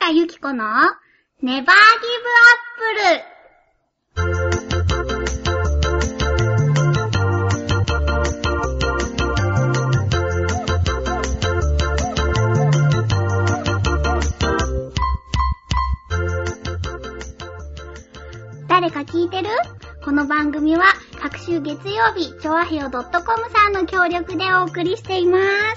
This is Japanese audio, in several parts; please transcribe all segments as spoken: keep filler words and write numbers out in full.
田ゆき子のネバーギブアップル。誰か聞いてる？この番組は各週月曜日、チョアヘヨ .com さんの協力でお送りしています。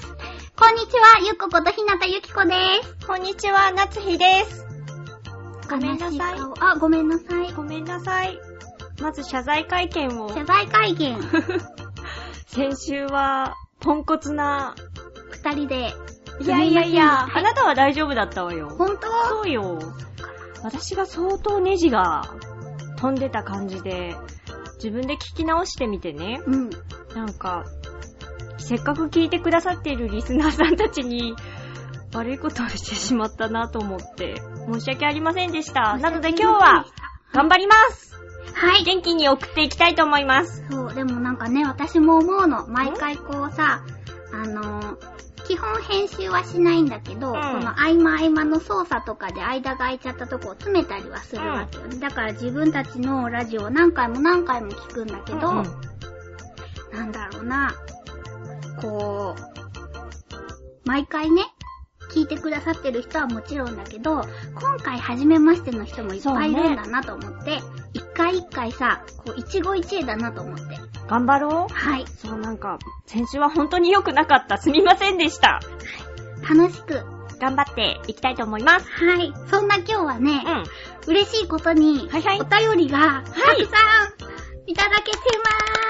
こんにちは、ゆっこことひなたゆきこです。 こんにちは、なつひです。ごめんなさい。 あ、ごめんなさい。 ごめんなさい。まず謝罪会見を。 謝罪会見。 先週は、ポンコツな。 二人で。 いやいやいや、はい、あなたは大丈夫だったわよ。 ほんと？ そうよ。私が相当ネジが飛んでた感じで、自分で聞き直してみてね。 うん。 なんか、せっかく聞いてくださっているリスナーさんたちに悪いことをしてしまったなと思って申し訳ありませんでした。なので今日は頑張ります。 はい。 元気に送っていきたいと思います。 そう、でもなんかね、私も思うの。毎回こうさ、あのー、基本編集はしないんだけど、うん、この合間合間の操作とかで間が空いちゃったとこを詰めたりはするわけよね。うん、だから自分たちのラジオを何回も何回も聞くんだけど、うんうん、なんだろうな、こう、毎回ね、聞いてくださってる人はもちろんだけど、今回初めましての人もいっぱいいるんだなと思って、一、ね、回一回さ、こう一期一会だなと思って。 頑張ろう。 はい。 そう、なんか、先週は本当に良くなかった。すみませんでした。 楽しく頑張っていきたいと思います。 はい。そんな今日はね、うん、嬉しいことに、はいはい、お便りがたくさんいただけてます。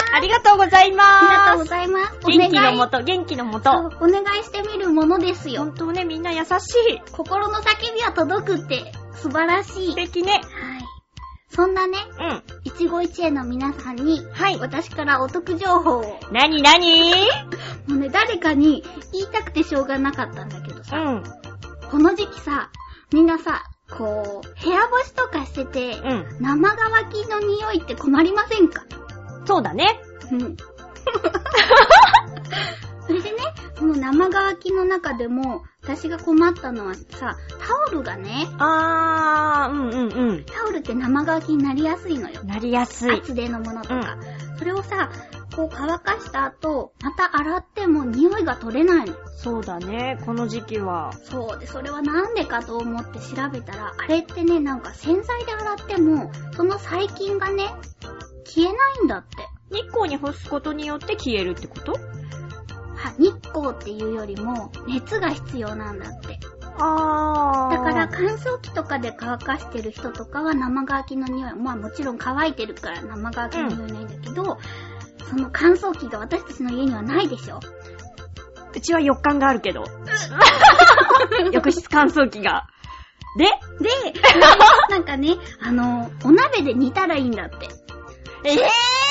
ありがとうございます。 ありがとうございます。 元気のもと、元気のもと。 お願いしてみるものですよ。 本当ね、みんな優しい。 心の叫びは届くって素晴らしい。 素敵ね。 はい。そんなね、うん。一期一会の皆さんに、はい。私からお得情報を。 なになにもうね、誰かに言いたくてしょうがなかったんだけどさ、うん。この時期さ、みんなさ、こう、部屋干しとかしてて、うん。生乾きの匂いって困りませんか？ そうだね。 うん。それでね、その生乾きの中でも、私が困ったのはさ、タオルがね。 あー、うんうんうん。 タオルって生乾きになりやすいのよ。 なりやすい。 厚手のものとか。うん、それをさ、こう乾かした後、また洗っても匂いが取れないの。 そうだね、この時期は。 そうで、それはなんでかと思って調べたら、あれってね、なんか洗剤で洗っても、その細菌がね、消えないんだって。 日光に干すことによって消えるってこと？は、 日光っていうよりも熱が必要なんだって。 あー。 だから乾燥機とかで乾かしてる人とかは生乾きの匂い、まあもちろん乾いてるから生乾きの匂いないんだけど、うん、その乾燥機が私たちの家にはないでしょ？ うちは浴缸があるけど。浴室乾燥機が。でで、なんかね、あの、お鍋で煮たらいいんだって。 えぇ、ー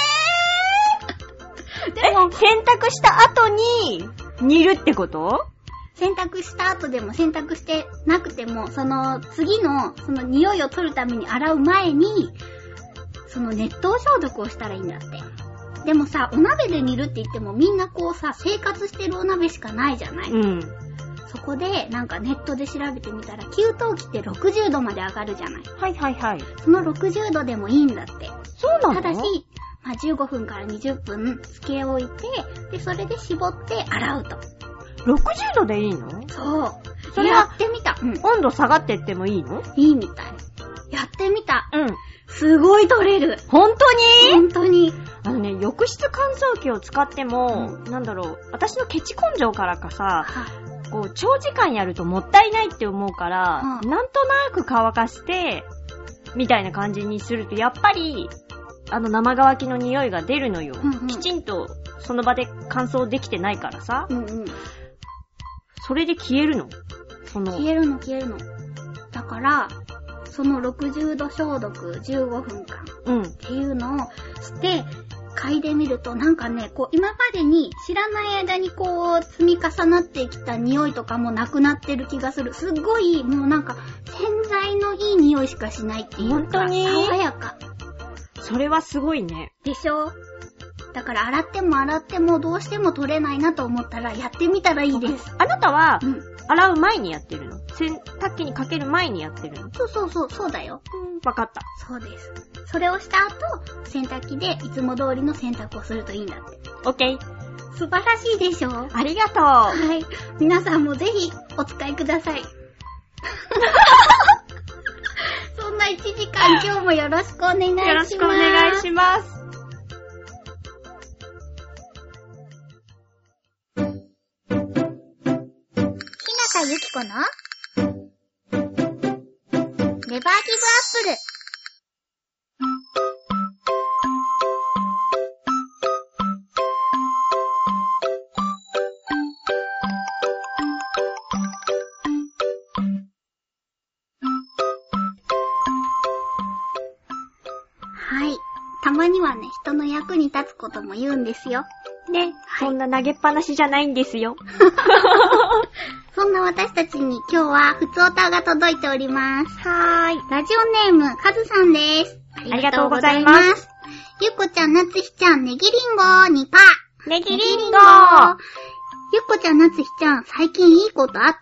でも、洗濯した後に煮るってこと？ 洗濯した後でも洗濯してなくても、その次のその匂いを取るために洗う前に、その熱湯消毒をしたらいいんだって。でもさ、お鍋で煮るって言ってもみんなこうさ、生活してるお鍋しかないじゃない？うん。そこでなんかネットで調べてみたら、給湯器ってろくじゅうどまで上がるじゃない？ はいはいはい。 そのろくじゅうどでもいいんだって。 そうなの？ ただし、まあ、じゅうごふんからにじゅっぷんつけ置いて、で、それで絞って洗うと。 ろくじゅうどでいいの？ そう。 それやってみた。 うん。温度下がってってもいいの？ いいみたい。やってみた。 うん。 すごい取れる。 本当に？ 本当に。 あのね、浴室乾燥機を使っても、うん、なんだろう、私のケチ根性からかさ、こう、長時間やるともったいないって思うから、うん、なんとなく乾かして、みたいな感じにすると、やっぱり、あの生乾きの匂いが出るのよ、うんうん。きちんとその場で乾燥できてないからさ。うんうん、それで消えるの？その消えるの消えるの。だから、そのろくじゅうど消毒じゅうごふんかんっていうのをして、嗅いでみるとなんかね、こう今までに知らない間にこう積み重なってきた匂いとかもなくなってる気がする。すっごいもうなんか洗剤のいい匂いしかしないっていうか。 本当に？ 爽やか。 それはすごいね。 でしょ？だから洗っても洗ってもどうしても取れないなと思ったらやってみたらいいです。 あなたは、 洗う前にやってるの？洗濯機にかける前にやってるの？ そうそうそう、そうだよ。 うん、わかった。 そうです。それをした後、洗濯機でいつも通りの洗濯をするといいんだって。 オッケー。 素晴らしいでしょ？ ありがとう。 はい。皆さんもぜひお使いください。そんないちじかん今日もよろしくお願いします。 よろしくお願いします。 日向ゆき子のネバーギブアップル。はい。たまにはね、人の役に立つことも言うんですよ。 ね、はい、そんな投げっぱなしじゃないんですよ。 そんな私たちに今日はふつおたが届いております。はーい。ラジオネーム、かずさんです。 ありがとうございます。 ゆっこちゃん、なつひちゃん、ねぎりんごにパー。 ねぎりんご。 ゆっこちゃん、なつひちゃん、最近いいことあった？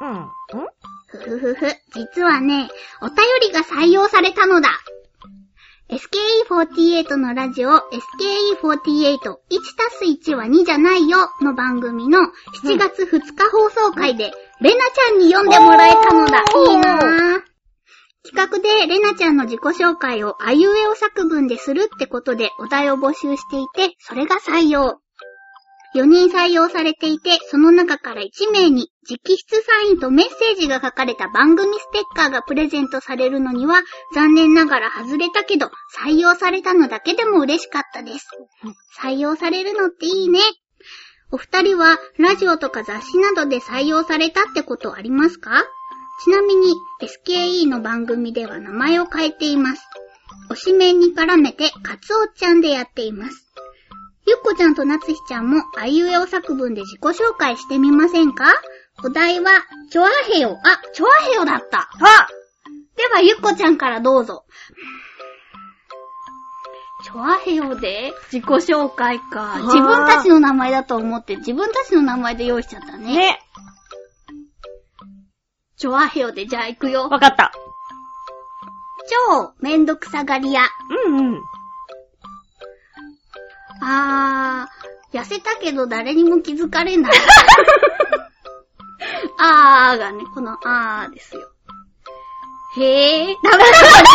うん。ん？ ふふふふ。実はね、お便りが採用されたのだ。エスケーイーフォーティーエイト のラジオ エスケーイーフォーティーエイト いちたすいち はにじゃないよの番組のしちがつふつか放送回で、うん、レナちゃんに読んでもらえたのだ。いいなぁ。企画でレナちゃんの自己紹介をあいうえお作文でするってことでお題を募集していて、それが採用。よにん採用されていて、その中からいちめいに直筆サインとメッセージが書かれた番組ステッカーがプレゼントされるのには残念ながら外れたけど、採用されたのだけでも嬉しかったです。採用されるのっていいね。お二人はラジオとか雑誌などで採用されたってことありますか？ちなみに エスケーイー の番組では名前を変えています。推しメンに絡めてカツオちゃんでやっています。ゆっこちゃんとなつひちゃんもあいうえお作文で自己紹介してみませんか？お題は、チョアヘヨ。あ、チョアヘヨだった。 あ！ ではゆっこちゃんからどうぞ。チョアヘヨで自己紹介か。自分たちの名前だと思って自分たちの名前で用意しちゃったね。 ね。 チョアヘヨでじゃあ行くよ。 わかった。 超めんどくさがり屋。 うんうん。 あー、痩せたけど誰にも気づかれない。あーがね、このあーですよ。へー、ダメだ。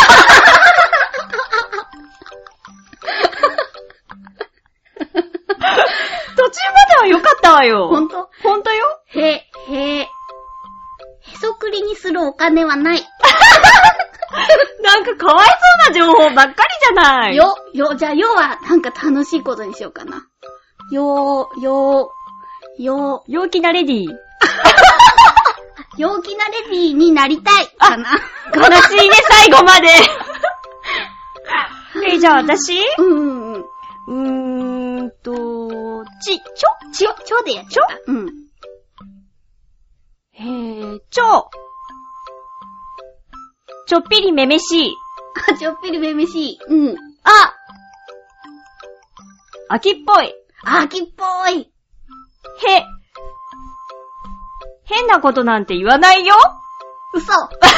途中までは良かったわよ。 ほんと？ ほんとよ。 へ、へー。へそくりにするお金はない。 なんかかわいそうな情報ばっかりじゃない。 よ、よ、じゃあよはなんか楽しいことにしようかな。よ、よ、よ、 陽気なレディー。 陽気なレディーになりたいかな。 悲しいね、最後まで。え、じゃあ私うんうんうん。うーんと、ち、ちょちょ、ちょでやっちゃった。うん。 えー、ちょ。ちょっぴりめめしい。 あ、ちょっぴりめめしい。うん。 あ秋っぽい。 あ、秋っぽい。 へ。変なことなんて言わないよ。 嘘。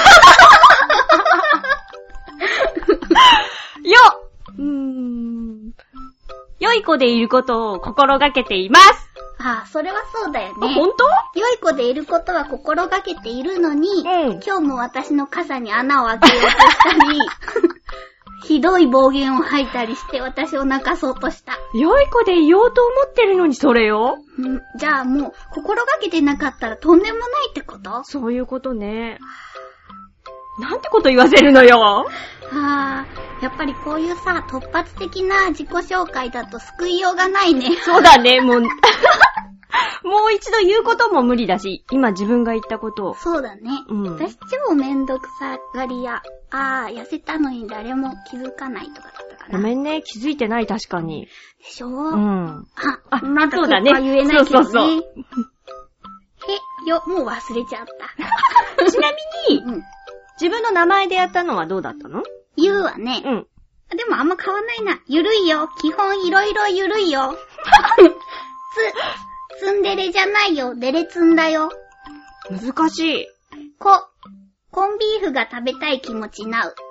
よ。うーん。良い子でいることを心がけています。 ああ、それはそうだよね。 あ、ほんと？ 良い子でいることは心がけているのに、 うん、 今日も私の傘に穴を開けようとしたり、ひどい暴言を吐いたりして私を泣かそうとした。 良い子でいようと思ってるのにそれよ。 うん、じゃあもう、心がけてなかったらとんでもないってこと？ そういうことね。なんてこと言わせるのよ。 あー、やっぱりこういうさ、突発的な自己紹介だと救いようがないね。 そうだね、もう。もう一度言うことも無理だし、今自分が言ったことを。 そうだね。 うん、 私超めんどくさがりや、あー、痩せたのに誰も気づかないとかだったかな。 ごめんね、気づいてない、確かに。 でしょ？ うん。 あ、 あ、 まだそうだね。 言えないけどね。 そうそうそう。 へ、よ、もう忘れちゃった。 ちなみに、 うん、 自分の名前でやったのはどうだったの？ 言うわね。 うん。 でもあんま変わんないな。ゆるいよ。基本いろいろゆるいよ。つ、ツンデレじゃないよ。デレツンだよ。 難しい。 こ、コンビーフが食べたい気持ちなう。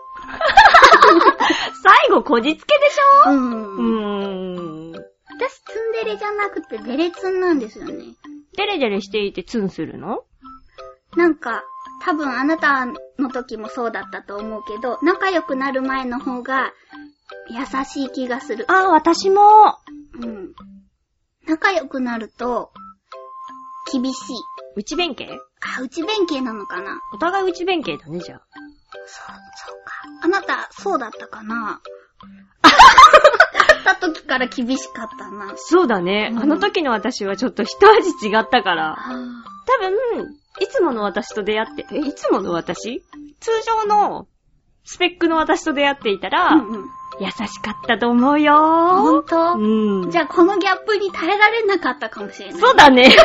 最後、こじつけでしょ？ うん。 うーん。 私、ツンデレじゃなくてデレツンなんですよね。 デレデレしていてツンするの？ なんか、多分あなたの時もそうだったと思うけど、仲良くなる前の方が優しい気がする。 ああ、私も。 うん。仲良くなると、厳しい。 内弁慶？ あ、内弁慶なのかな？ お互い内弁慶だね、じゃあ。 そう、そうか。あなた、そうだったかな？会った時から厳しかったな。 そうだね、うん。あの時の私はちょっと一味違ったから。多分、いつもの私と出会って、え、いつもの私？通常のスペックの私と出会っていたら、うんうん、優しかったと思うよー。 ほんと？ うん。 じゃあこのギャップに耐えられなかったかもしれない。 そうだね。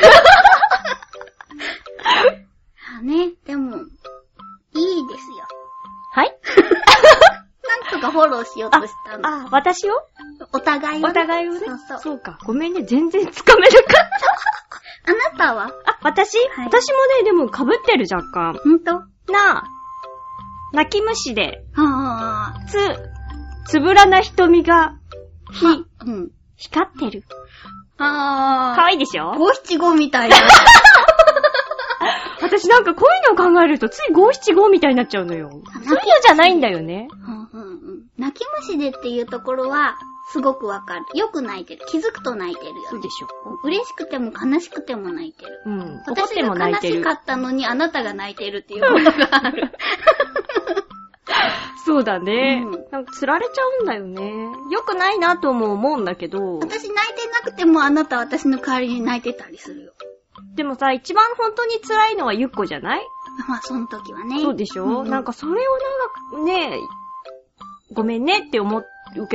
あね、でも、いいですよ。 はい？ なんとかフォローしようとしたの。 あ、あ、私を？ お互いを、ね。 お互いをね。 そうそう。 そうか。ごめんね、全然つかめなかった。 あなたは？ あ、私、はい、私もね、でも被ってる若干。 ほんと？ なあ。泣き虫で。 はぁ。 つ、つぶらな瞳が、ひ、 うん。 光ってる。 あー。 かわいいでしょ？ 五七五みたいな。 私なんかこういうのを考えるとつい五七五みたいになっちゃうのよ。そういうのじゃないんだよね。 うんうんうん。泣き虫でっていうところは、すごくわかる。よく泣いてる。気づくと泣いてるよ、ね。 そうでしょ。 嬉しくても悲しくても泣いてる。 うん。 私が悲しかったのにあなたが泣いてるっていうことがある。 そうだね、うん。なんか釣られちゃうんだよね。よくないなとも思うんだけど。 私泣いてなくてもあなた私の代わりに泣いてたりするよ。 でもさ、一番本当に辛いのはゆっこじゃない？ まあその時はね。 そうでしょ、うんうん、なんかそれをなんかね、ごめんねって思って、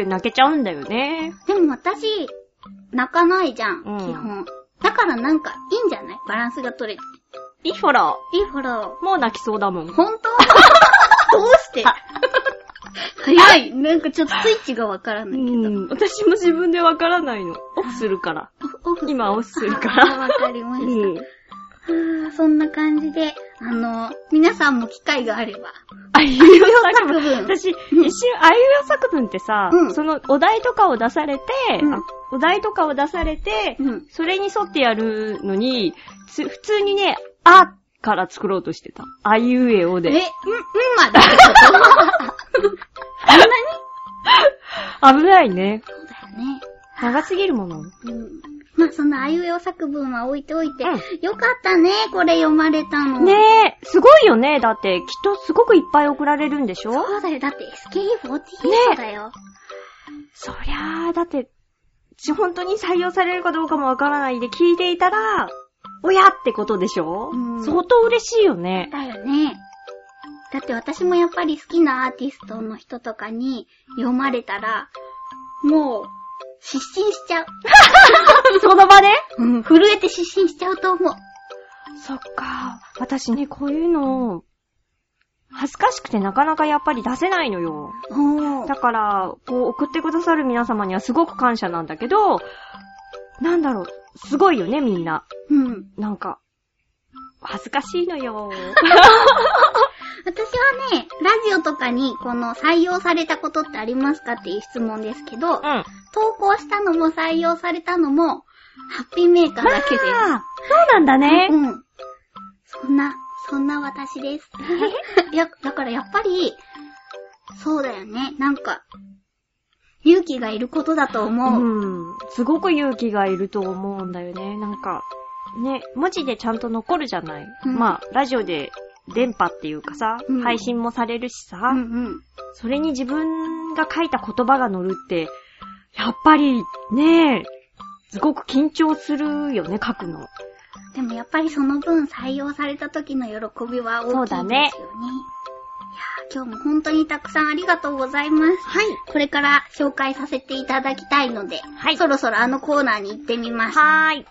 泣けちゃうんだよね。 でも私、泣かないじゃん、うん、基本。だからなんかいいんじゃない？バランスが取れて。 いいフォロー。いいフォロー。もう泣きそうだもん。 ほんと？どうして？早い。なんかちょっとスイッチがわからないけど。うん。 私も自分でわからないの。オフするから。 オフ今オフするから。 わかりました。うんはあ、そんな感じで、あの、皆さんも機会があれば。 あいうえお作文。私、一瞬、あいうえお作文ってさ、うん、そのお題とかを出されて、うん、あお題とかを出されて、うん、それに沿ってやるのに、つ普通にね、あから作ろうとしてた。あいうえおで。 え、ん、んまであんなに危ないね。 そうだよね。 長すぎるもの。うんまあ、そのあいうえお作文は置いておいて、うん、よかったね、これ読まれたの。 ねえ、すごいよね。だって、きっとすごくいっぱい送られるんでしょ？ そうだよ。だって エスケーイーフォーティーエイト だよ。ね、 そりゃあ、だって、本当に採用されるかどうかもわからないで聞いていたら、親ってことでしょ？うん、相当嬉しいよね。 だよね。だって私もやっぱり好きなアーティストの人とかに読まれたら、もう、失神しちゃう。 その場で？ うん。震えて失神しちゃうと思う。 そっか。私ね、こういうの、恥ずかしくてなかなかやっぱり出せないのよ。だから、こう送ってくださる皆様にはすごく感謝なんだけど、なんだろう、すごいよね、みんな。 うん。 なんか、恥ずかしいのよ。 私はね、ラジオとかにこの採用されたことってありますかっていう質問ですけど、うん、投稿したのも採用されたのも、ハッピーメーカーだけです。ああ、そうなんだね。 うん。そんな、そんな私です。いや、だからやっぱり、そうだよね。なんか、勇気がいることだと思う。 うん。すごく勇気がいると思うんだよね。なんか、ね、文字でちゃんと残るじゃない。うん、まあ、ラジオで電波っていうかさ、うん、配信もされるしさ、 うんうん、 それに自分が書いた言葉が載るって、やっぱりね、すごく緊張するよね、書くの。 でもやっぱりその分採用された時の喜びは大きいですよね。そうだね。いやー、今日も本当にたくさんありがとうございます。 はい。 これから紹介させていただきたいので、はい。そろそろあのコーナーに行ってみます。 はーい。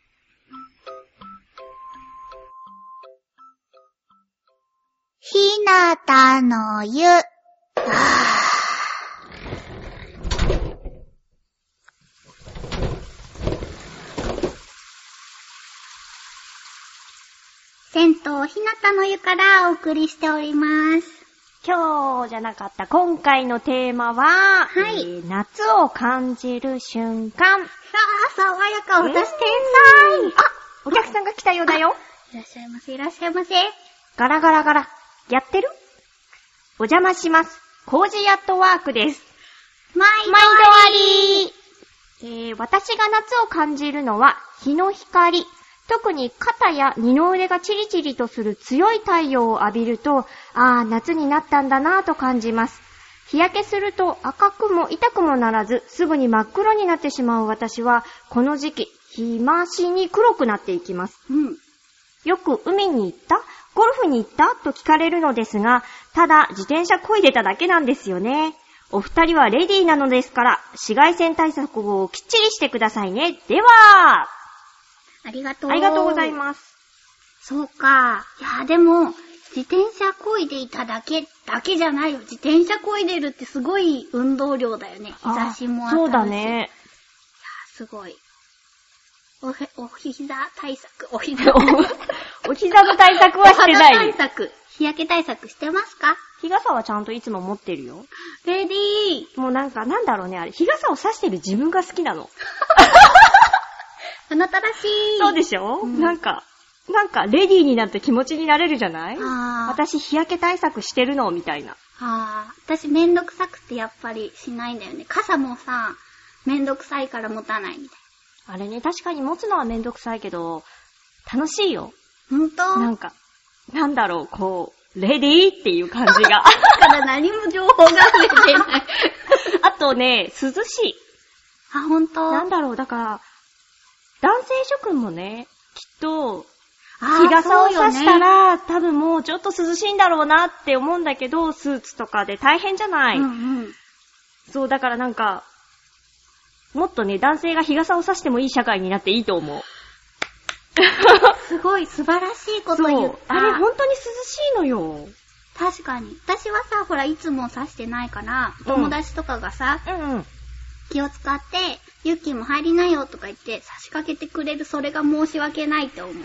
ひなたの湯。はぁ。先銭湯ひなたの湯からお送りしております。 今日じゃなかった今回のテーマは、 はい、 えー、夏を感じる瞬間。 さあ、爽やか、私天才。 あ、お客さんが来たようだよ。 いらっしゃいませ、いらっしゃいませ。 ガラガラガラ。やってる？お邪魔します。コージーアットワークです。 毎度あり。 えー、私が夏を感じるのは日の光。特に肩や二の腕がチリチリとする強い太陽を浴びると、ああ、夏になったんだなぁと感じます。日焼けすると赤くも痛くもならず、すぐに真っ黒になってしまう私は、この時期、日増しに黒くなっていきます。 うん。 よく海に行った？ゴルフに行った？と聞かれるのですが、ただ自転車漕いでただけなんですよね。お二人はレディーなのですから、紫外線対策をきっちりしてくださいね。では、 ありがとう。 ありがとうございます。 そうか。いや、でも、自転車漕いでいただけ、だけじゃないよ。自転車漕いでるってすごい運動量だよね。日差しも当たるし。 そうだね。いや、 すごい。おへ、お膝対策。お膝。 お膝の対策はしてない。 お肌対策。日焼け対策してますか？ 日傘はちゃんといつも持ってるよ。 レディー。 もうなんか、なんだろうね、あれ。日傘を差してる自分が好きなの。 あなたらしい。 そうでしょ、うん、なんか、なんか、レディーになって気持ちになれるじゃない？ あ、 私、日焼け対策してるのみたいな。 あ、私、めんどくさくてやっぱりしないんだよね。傘もさ、めんどくさいから持たないみたいな。あれね、確かに持つのはめんどくさいけど、楽しいよ。 ほんと？ なんか、なんだろう、こう、レディーっていう感じが。だから何も情報が出てない。 あとね、涼しい。 あ、ほんと？ なんだろう、だから、男性諸君もね、きっと、日傘を差したら、ね、多分もうちょっと涼しいんだろうなって思うんだけど、スーツとかで大変じゃない。 うんうん、 そう、だからなんか、もっとね、男性が日傘を差してもいい社会になっていいと思う。 すごい素晴らしいこと言った。 あれ本当に涼しいのよ。 確かに。私はさ、ほら、いつも差してないから、友達とかがさ、 うんうん、 気を使って、ユッキーも入りなよとか言って差し掛けてくれる、それが申し訳ないって思う。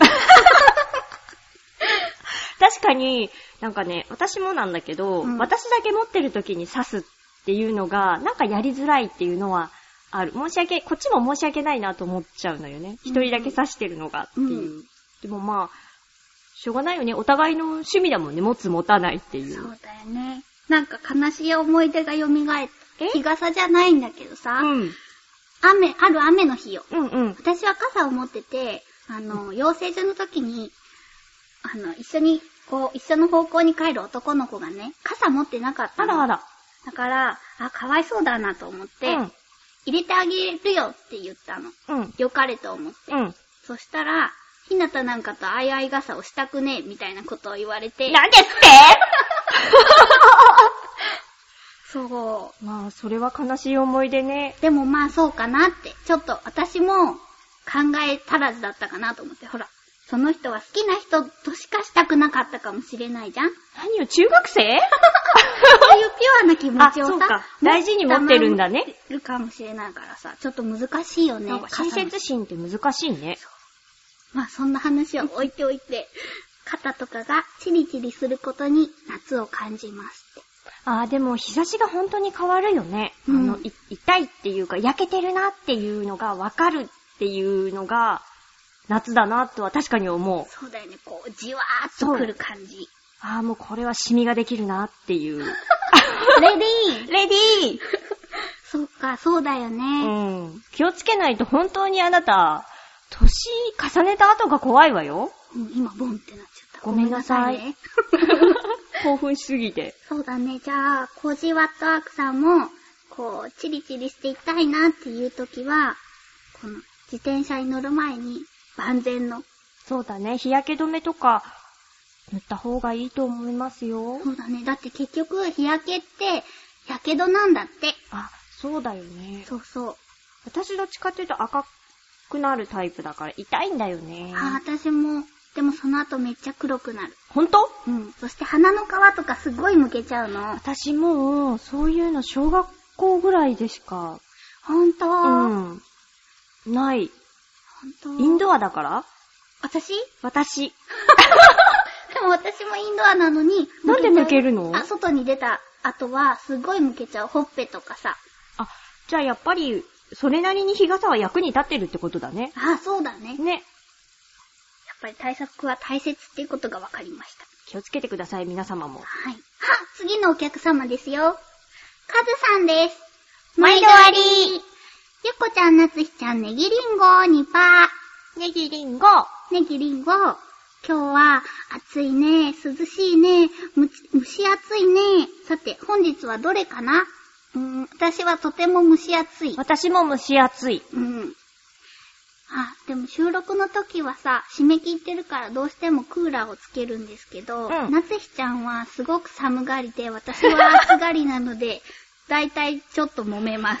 確かに、なんかね、私もなんだけど、うん、私だけ持ってる時に差すっていうのが、なんかやりづらいっていうのはある。申し訳、こっちも申し訳ないなと思っちゃうのよね。一、うん、人だけ差してるのがっていう。うん、でもまあ、しょうがないよね。お互いの趣味だもんね。持つ持たないっていう。 そうだよね。なんか悲しい思い出が蘇った。日傘じゃないんだけどさ、うん、雨、ある雨の日よ。 うんうん、 私は傘を持ってて、あの、養成所の時に、あの、一緒に、こう、一緒の方向に帰る男の子がね、傘持ってなかったの。 あらあら。 だから、あ、かわいそうだなと思って、うん、入れてあげるよって言ったの。 うん。 よかれと思って。 うん。 そしたら、ひなたなんかとあいあい傘をしたくねえ、みたいなことを言われて。 なんですってそう。 まあ、それは悲しい思い出ね。 でもまあそうかなって、ちょっと私も考え足らずだったかなと思って、ほら、その人は好きな人としかしたくなかったかもしれないじゃん。 何よ、中学生そういうピュアな気持ちをさ、 そうか、大事に持ってるんだね。 持ってるかもしれないからさ、ちょっと難しいよね。 なんか親切心って難しいね。 まあそんな話を置いておいて、肩とかがチリチリすることに夏を感じますって。 ああ、でも日差しが本当に変わるよね。うん、あの、い痛いっていうか、焼けてるなっていうのがわかるっていうのが、夏だなとは確かに思う。 そうだよね、こう、じわーっとくる感じ。 ああ、もうこれはシミができるなっていう。 レディーレディーそうか、そうだよね。 うん。気をつけないと本当にあなた、年重ねた後が怖いわよ。 うん、今ボンってなっちゃった。 ごめんなさい。興奮しすぎて。 そうだね。じゃあ、コージーワットワークさんも、こう、チリチリしていたいなっていう時は、この自転車に乗る前に万全の。 そうだね。日焼け止めとか塗った方がいいと思いますよ。 そうだね。だって結局日焼けってやけどなんだって。 あ、そうだよね。 そうそう。 私どっちかっていうと赤くなるタイプだから痛いんだよね。 あ、私も。でもその後めっちゃ黒くなる。 ほんと？ うん。そして鼻の皮とかすごいむけちゃうの。 私もう、そういうの小学校ぐらいでしか。 ほんと？ うん。ない。 ほんと？ インドアだから？ 私？ 私。 も私もインドアなのに。 なんで向けるの？ あ、外に出た後はすごい向けちゃう。ほっぺとかさ。 あ、じゃあやっぱり、それなりに日傘は役に立ってるってことだね。 あ、そうだね。 ね。 やっぱり対策は大切っていうことが分かりました。 気をつけてください、皆様も。 はい。は、次のお客様ですよ。カズさんです。 毎度あり。 ゆっこちゃん、なつひちゃん、ネギリンゴ、にパー。ネギリンゴ。 ネギリンゴ。今日は暑いね、涼しいね、む蒸し暑いね。さて、本日はどれかな？うーん、私はとても蒸し暑い。 私も蒸し暑い。 うん。あ、でも収録の時はさ、締め切ってるからどうしてもクーラーをつけるんですけど、うん、なつひちゃんはすごく寒がりで、私は暑がりなので、だいたいちょっと揉めます。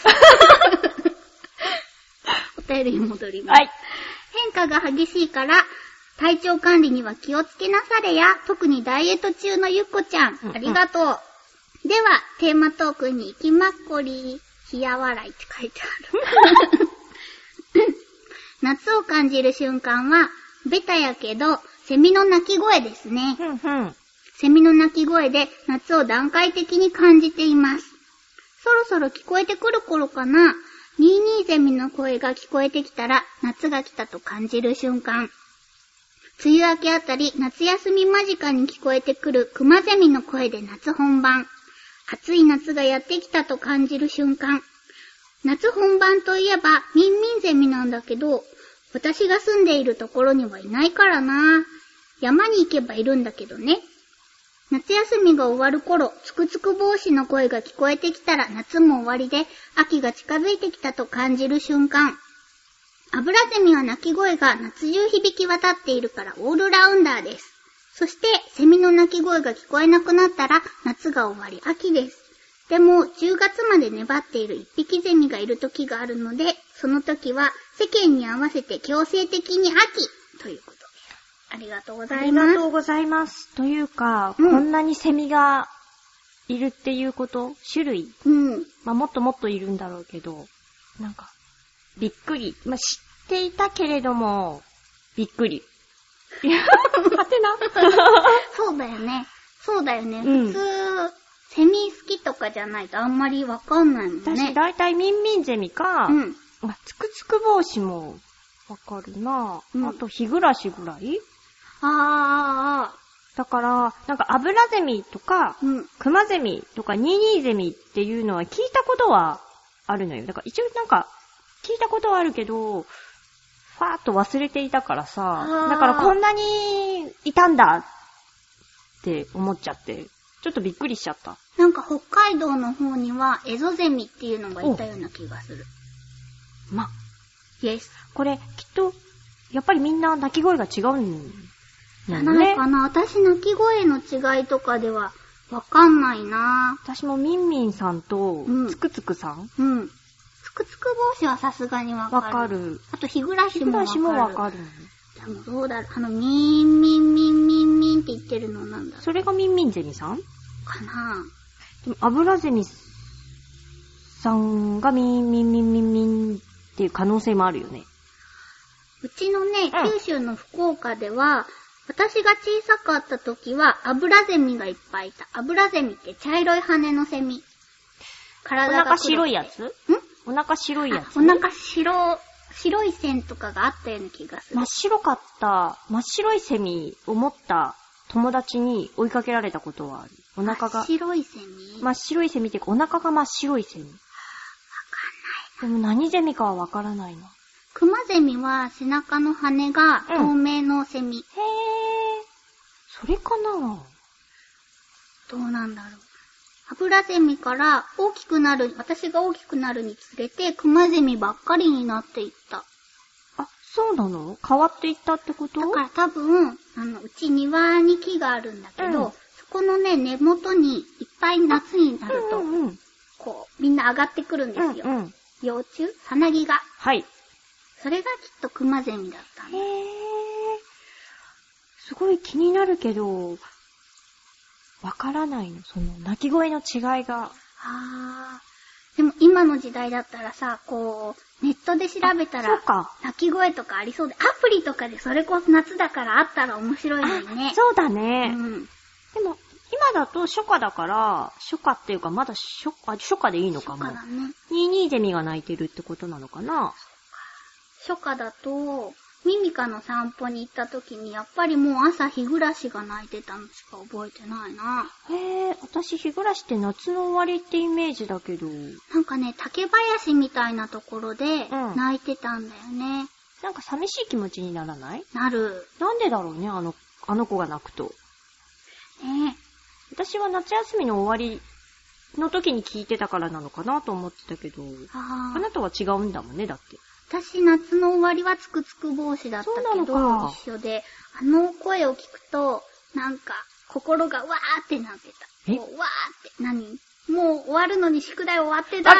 お便りに戻ります。はい。変化が激しいから、体調管理には気をつけなされや、特にダイエット中のゆっこちゃん、ありがとう。うんうん、では、テーマトークに行きまっこり、冷や笑いって書いてある。夏を感じる瞬間は、ベタやけど、セミの鳴き声ですね。 うんうん、 セミの鳴き声で夏を段階的に感じています。そろそろ聞こえてくる頃かな。ニーニーゼミの声が聞こえてきたら、夏が来たと感じる瞬間。梅雨明けあたり、夏休み間近に聞こえてくるクマゼミの声で夏本番。暑い夏がやってきたと感じる瞬間。夏本番といえば、ミンミンゼミなんだけど、私が住んでいるところにはいないからな。山に行けばいるんだけどね。夏休みが終わる頃、つくつく帽子の声が聞こえてきたら夏も終わりで、秋が近づいてきたと感じる瞬間。アブラゼミは鳴き声が夏中響き渡っているからオールラウンダーです。そして、セミの鳴き声が聞こえなくなったら夏が終わり秋です。でも、じゅうがつまで粘っている一匹ゼミがいる時があるので、その時は世間に合わせて強制的に秋ということです。ありがとうございます。 ありがとうございます。というか、うん、こんなにセミがいるっていうこと、種類、 うん、 まあもっともっといるんだろうけど、なんか、びっくり。まあ知っていたけれども、びっくり。いや、はてな。 そうだよね。そうだよね。 うん、 普通、セミ好きとかじゃないとあんまりわかんないもんね。 私だいたいミンミンゼミか、 うん、 まあ、つくつく帽子もわかるな、うん、あと日暮らしぐらい。 あー。だから、なんかアブラゼミとか、 うん、 クマゼミとかニーニーゼミっていうのは聞いたことはあるのよ。だから一応なんか、聞いたことはあるけど、ファーっと忘れていたからさ、だからこんなにいたんだって思っちゃって、ちょっとびっくりしちゃった。 なんか北海道の方にはエゾゼミっていうのがいたような気がする。 ま、 イエス。 これきっと、やっぱりみんな鳴き声が違うんじゃないかな。私鳴き声の違いとかではわかんないな。 私もミンミンさんとつくつくさん、 うん、うん。つくつく帽子はさすがにわかる。 わかる。 あと日暮らしもわかる。 日暮らしもわかる。 でもどうだろう。あのミンミンミンミンミンって言ってるのなんだ。 それがミンミンゼミさんかな。 でもアブラゼミさんがミンミンミンミンミンっていう可能性もあるよね。 うちのね、 うん、 九州の福岡では、私が小さかった時はアブラゼミがいっぱいいた。アブラゼミって茶色い羽のセミ。体がお腹白いやつ？ ん？ お腹白いやつ？ お腹白、白い線とかがあったような気がする。 真っ白かった、真っ白いセミを持った友達に追いかけられたことはある。お腹が。 真っ白いセミ？ 真っ白いセミっていうかお腹が真っ白いセミ。わかんない。でも何ゼミかはわからないな。 クマゼミは背中の羽が透明のセミ。うん、へー。 それかな？ どうなんだろう。アブラゼミから大きくなる、私が大きくなるにつれてクマゼミばっかりになっていった。 あ、そうなの？変わっていったってこと？ だから多分、あの、うち庭に木があるんだけど、うん、そこのね、根元にいっぱい夏になると、 うんうんうん、 こう、みんな上がってくるんですよ。 うんうん、 幼虫？さなぎが。 はい。 それがきっとクマゼミだったんだ。 へー。すごい気になるけど、わからないの。その、鳴き声の違いが。 あー。でも今の時代だったらさ、こう、ネットで調べたら、鳴き声とかありそうで、アプリとかでそれこそ夏だからあったら面白いのにね。 そうだね。 うん。 でも、今だと初夏だから、初夏っていうかまだ初、あ、初夏でいいのかも。 初夏だね。 にいにゼミが鳴いてるってことなのかな。 初夏だと、ミミカの散歩に行った時に、やっぱりもう朝日暮らしが鳴いてたのしか覚えてないな。 へぇ、私日暮らしって夏の終わりってイメージだけど。 なんかね、竹林みたいなところで鳴いてたんだよね。うん、 なんか寂しい気持ちにならない？ なる。 なんでだろうね、あの、あの子が泣くと。 ねえ。 私は夏休みの終わりの時に聞いてたからなのかなと思ってたけど、あ, あなたは違うんだもんね、だって。 私、夏の終わりはつくつく帽子だったけど、一緒で、あの声を聞くと、なんか、心がわーってなってた。 え？ こうわーって、何？もう終わるのに宿題終わってた。 わか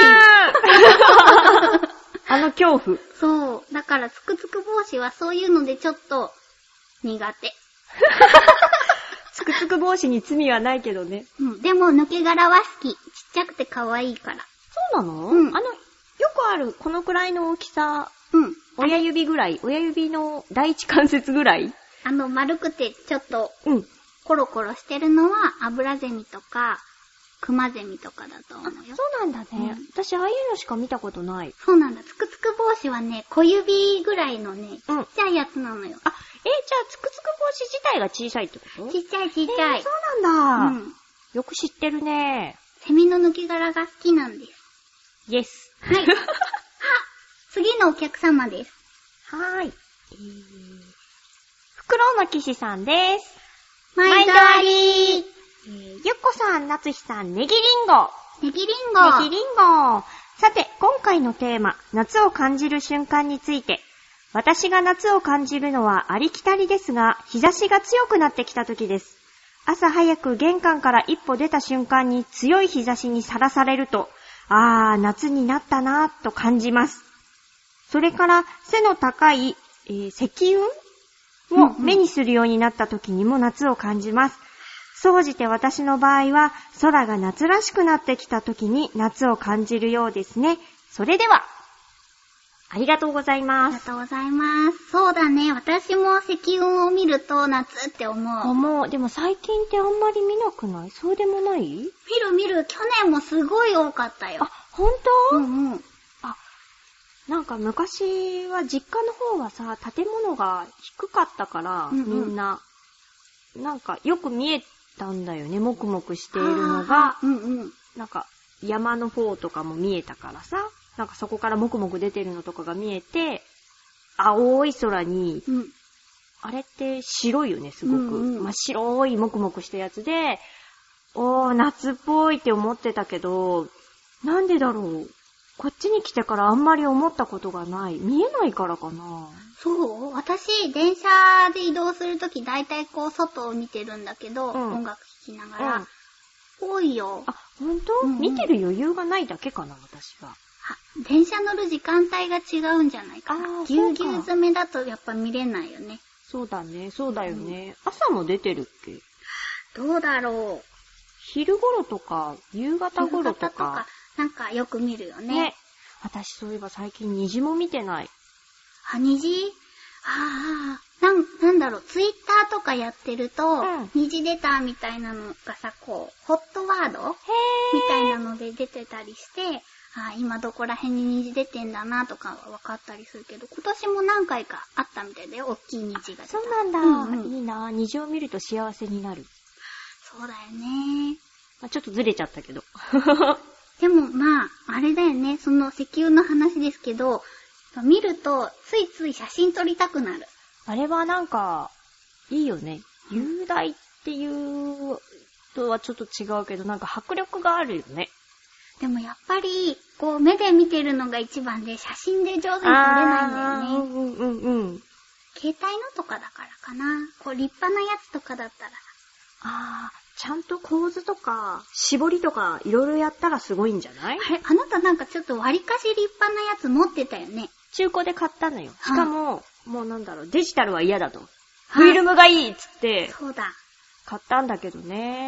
るーあの恐怖。 そう。だから、つくつく帽子はそういうのでちょっと、苦手。 つくつく帽子に罪はないけどね。 うん。でも、抜け殻は好き。ちっちゃくて可愛いから。 そうなの？ うん。 あの、よくある、このくらいの大きさ。 うん。 親指ぐらい。親指の第一関節ぐらい。 あの、丸くて、ちょっと、 うん。 コロコロしてるのは、アブラゼミとか、クマゼミとかだと思うよ。 そうなんだね、うん。私、ああいうのしか見たことない。 そうなんだ。つくつく帽子はね、小指ぐらいのね、ちっちゃいやつなのよ。うん、あ、えー、じゃあ、つくつく帽子自体が小さいってこと？ ちっちゃいちっちゃい。 えー、そうなんだ。 うん。 よく知ってるね。 セミの抜け殻が好きなんです。 イエス。 はい。次のお客様です。 はーい。えー、フクロウの騎士さんです。 毎度ありー。 えー、ゆっこさん、なつひさん、ネギリンゴ。 ネギリンゴ。 ネギリンゴ。さて、今回のテーマ、夏を感じる瞬間について。私が夏を感じるのはありきたりですが、日差しが強くなってきた時です。朝早く玄関から一歩出た瞬間に強い日差しにさらされると、あー、夏になったなぁと感じます。それから背の高い、えー、積雲を目にするようになった時にも夏を感じます。総じて私の場合は空が夏らしくなってきた時に夏を感じるようですね。それでは、ありがとうございます。 ありがとうございます。そうだね。私も積雲を見ると夏って思う。 思う。でも最近ってあんまり見なくない？そうでもない？見る見る。去年もすごい多かったよ。 あ、ほんと？ うんうん。 あ、なんか昔は実家の方はさ、建物が低かったから、うんうん、みんな、なんかよく見えたんだよね。もくもくしているのが、 うんうん、 なんか山の方とかも見えたからさ、なんかそこからもくもく出てるのとかが見えて、青い空に、 うん、 あれって白いよね、すごく。 うんうん、 真っ白いもくもくしたやつで、おー、夏っぽいって思ってたけど、なんでだろう。こっちに来てからあんまり思ったことがない。見えないからかな。 そう？私、電車で移動するとき大体こう外を見てるんだけど、うん、音楽聴きながら。うん、多いよ。 あ、ほんと？うんうん、見てる余裕がないだけかな、私が。 電車乗る時間帯が違うんじゃないかな。ぎゅうぎゅう詰めだとやっぱ見れないよね。 そうだね、そうだよね。うん、朝も出てるっけ？ どうだろう。 昼頃とか、夕方頃とか。夕方とか、 なんかよく見るよね。 ね。私そういえば最近虹も見てない。 あ、虹？ああ、なん、なんだろう、ツイッターとかやってると、うん、虹出たみたいなのがさ、こう、ホットワードみたいなので出てたりして、あ、今どこら辺に虹出てんだなとか分かったりするけど、今年も何回かあったみたいだよ、大きい虹が出た。 そうなんだ、うんうん、いいな。虹を見ると幸せになる。 そうだよね。 まあ、ちょっとずれちゃったけど。 でもまあ、あれだよね、その石油の話ですけど、見るとついつい写真撮りたくなる。 あれはなんか、いいよね。雄大っていうとはちょっと違うけど、なんか迫力があるよね。 でもやっぱり、こう目で見てるのが一番で、写真で上手に撮れないんだよね。 うんうんうんうん。 携帯のとかだからかな。こう立派なやつとかだったら。 あー、ちゃんと構図とか、絞りとか、いろいろやったらすごいんじゃない？ あれ、あなたなんかちょっと割かし立派なやつ持ってたよね。 中古で買ったのよ。しかも、もうなんだろう、デジタルは嫌だと。フィルムがいいっつって。 そうだ。 買ったんだけどね。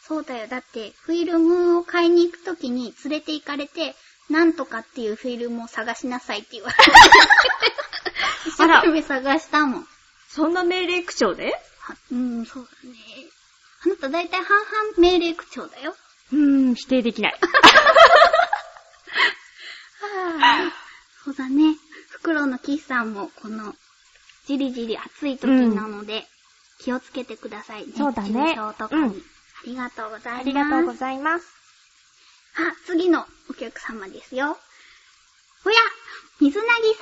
そうだよ。だって、フィルムを買いに行くときに連れて行かれて、なんとかっていうフィルムを探しなさいって言われて。一生懸命探したもん。 そんな命令口調で？ うん、そうだね。あなた大体半々命令口調だよ。 うーん、否定できない。 そうだね。フクロウのキスさんもこのじりじり暑い時なので、うん、気をつけてくださいね。 そうだね。 熱中症とかに、うん。ありがとうございます。 ありがとうございます。 あ、次のお客様ですよ。おや、水なぎさんです。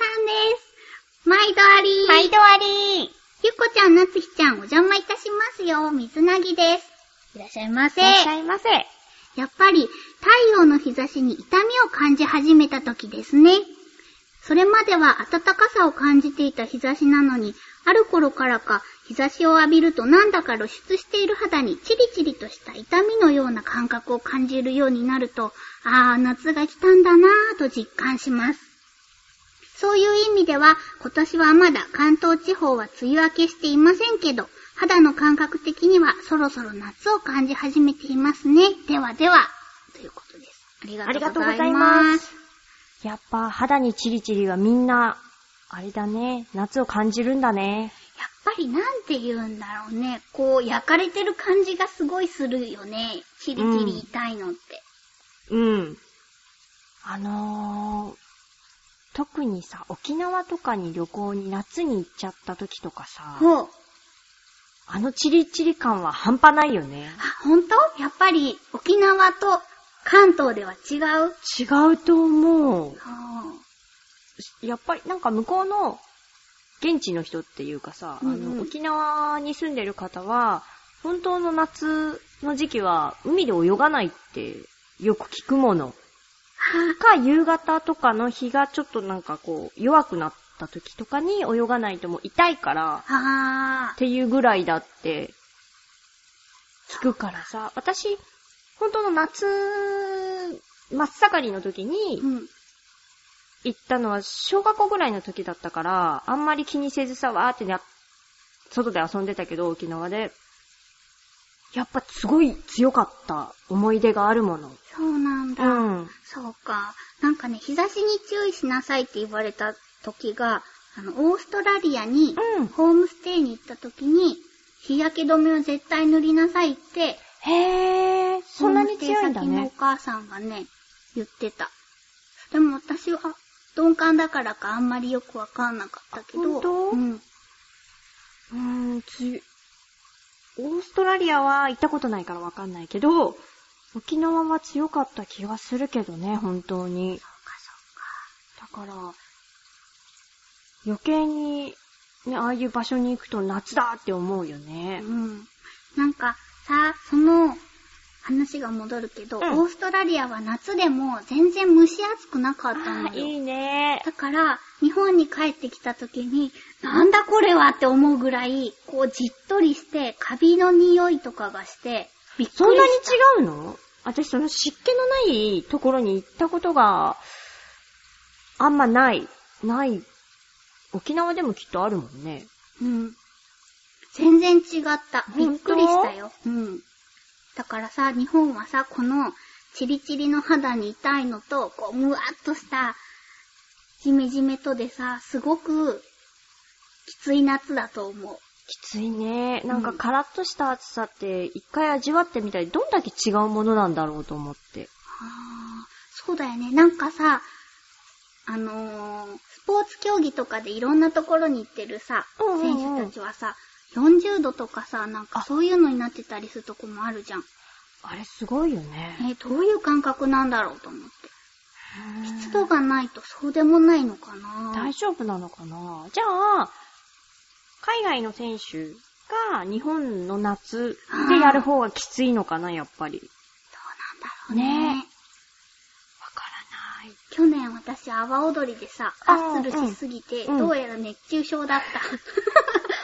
毎度ありー。 毎度ありー。 ゆっこちゃん、なつひちゃん、お邪魔いたしますよ。水なぎです。いらっしゃいませ。 いらっしゃいませ。 やっぱり、太陽の日差しに痛みを感じ始めた時ですね。それまでは暖かさを感じていた日差しなのに、ある頃からか日差しを浴びるとなんだか露出している肌にチリチリとした痛みのような感覚を感じるようになると、ああ、夏が来たんだなぁと実感します。そういう意味では、今年はまだ関東地方は梅雨明けしていませんけど、肌の感覚的にはそろそろ夏を感じ始めていますね。ではでは、ということです。ありがとうございます。 やっぱ肌にチリチリはみんな、あれだね、夏を感じるんだね。 やっぱりなんて言うんだろうね。こう、焼かれてる感じがすごいするよね。チリチリ痛いのって。 うん。うん、あのー、特にさ、沖縄とかに旅行に夏に行っちゃった時とかさ、 ほう。 あのチリチリ感は半端ないよね。 あ、ほんと？やっぱり沖縄と関東では違う？ 違うと思う。 はあ、 やっぱりなんか向こうの現地の人っていうかさ、うんうん、あの沖縄に住んでる方は本当の夏の時期は海で泳がないってよく聞くもの。か夕方とかの日がちょっとなんかこう弱くなった時とかに泳がないともう痛いからっていうぐらいだって聞くからさ、私本当の夏真っ盛りの時に行ったのは小学校ぐらいの時だったから、あんまり気にせずさわーってね、外で遊んでたけど沖縄でやっぱすごい強かった思い出があるもの。 そうなんだ。うん。そうか。なんかね、日差しに注意しなさいって言われた時が、あの、オーストラリアに、ホームステイに行った時に、日焼け止めを絶対塗りなさいって、 へー、そんなに強いんだね。 ホームステイ先のお母さんがね、言ってた。でも私は、鈍感だからかあんまりよくわかんなかったけど。 本当？うん。うーん、つ、オーストラリアは行ったことないからわかんないけど、沖縄は強かった気がするけどね、本当に。 そうかそうか。だから、余計に、ね、ああいう場所に行くと夏だって思うよね。 うん。なんか、さ、その、話が戻るけど、うん、オーストラリアは夏でも全然蒸し暑くなかったのよ。 あ、いいね。 だから、日本に帰ってきた時に、なんだこれはって思うぐらい、こうじっとりして、カビの匂いとかがして、びっくりした。 そんなに違うの？私その湿気のないところに行ったことがあんまない。ない。沖縄でもきっとあるもんね。 うん。全然違った。びっくりしたよ。うん。だからさ、日本はさ、このチリチリの肌に痛いのと、こう、むわっとしたジメジメとでさ、すごくきつい夏だと思う。 きついね。なんかカラッとした暑さって一回味わってみたらどんだけ違うものなんだろうと思って。 はあ、そうだよね。なんかさ、あのー、スポーツ競技とかでいろんなところに行ってるさ、うんうんうん、選手たちはさ、よんじゅうどとかさ、なんかそういうのになってたりするとこもあるじゃん。 あれすごいよね。 え、どういう感覚なんだろうと思って。湿度がないとそうでもないのかな。 大丈夫なのかな。じゃあ、海外の選手が日本の夏でやる方がきついのかな、やっぱり。どうなんだろうね。ね。 わからない。 去年私、阿波踊りでさ、ハッスルしすぎて、うん、どうやら熱中症だった。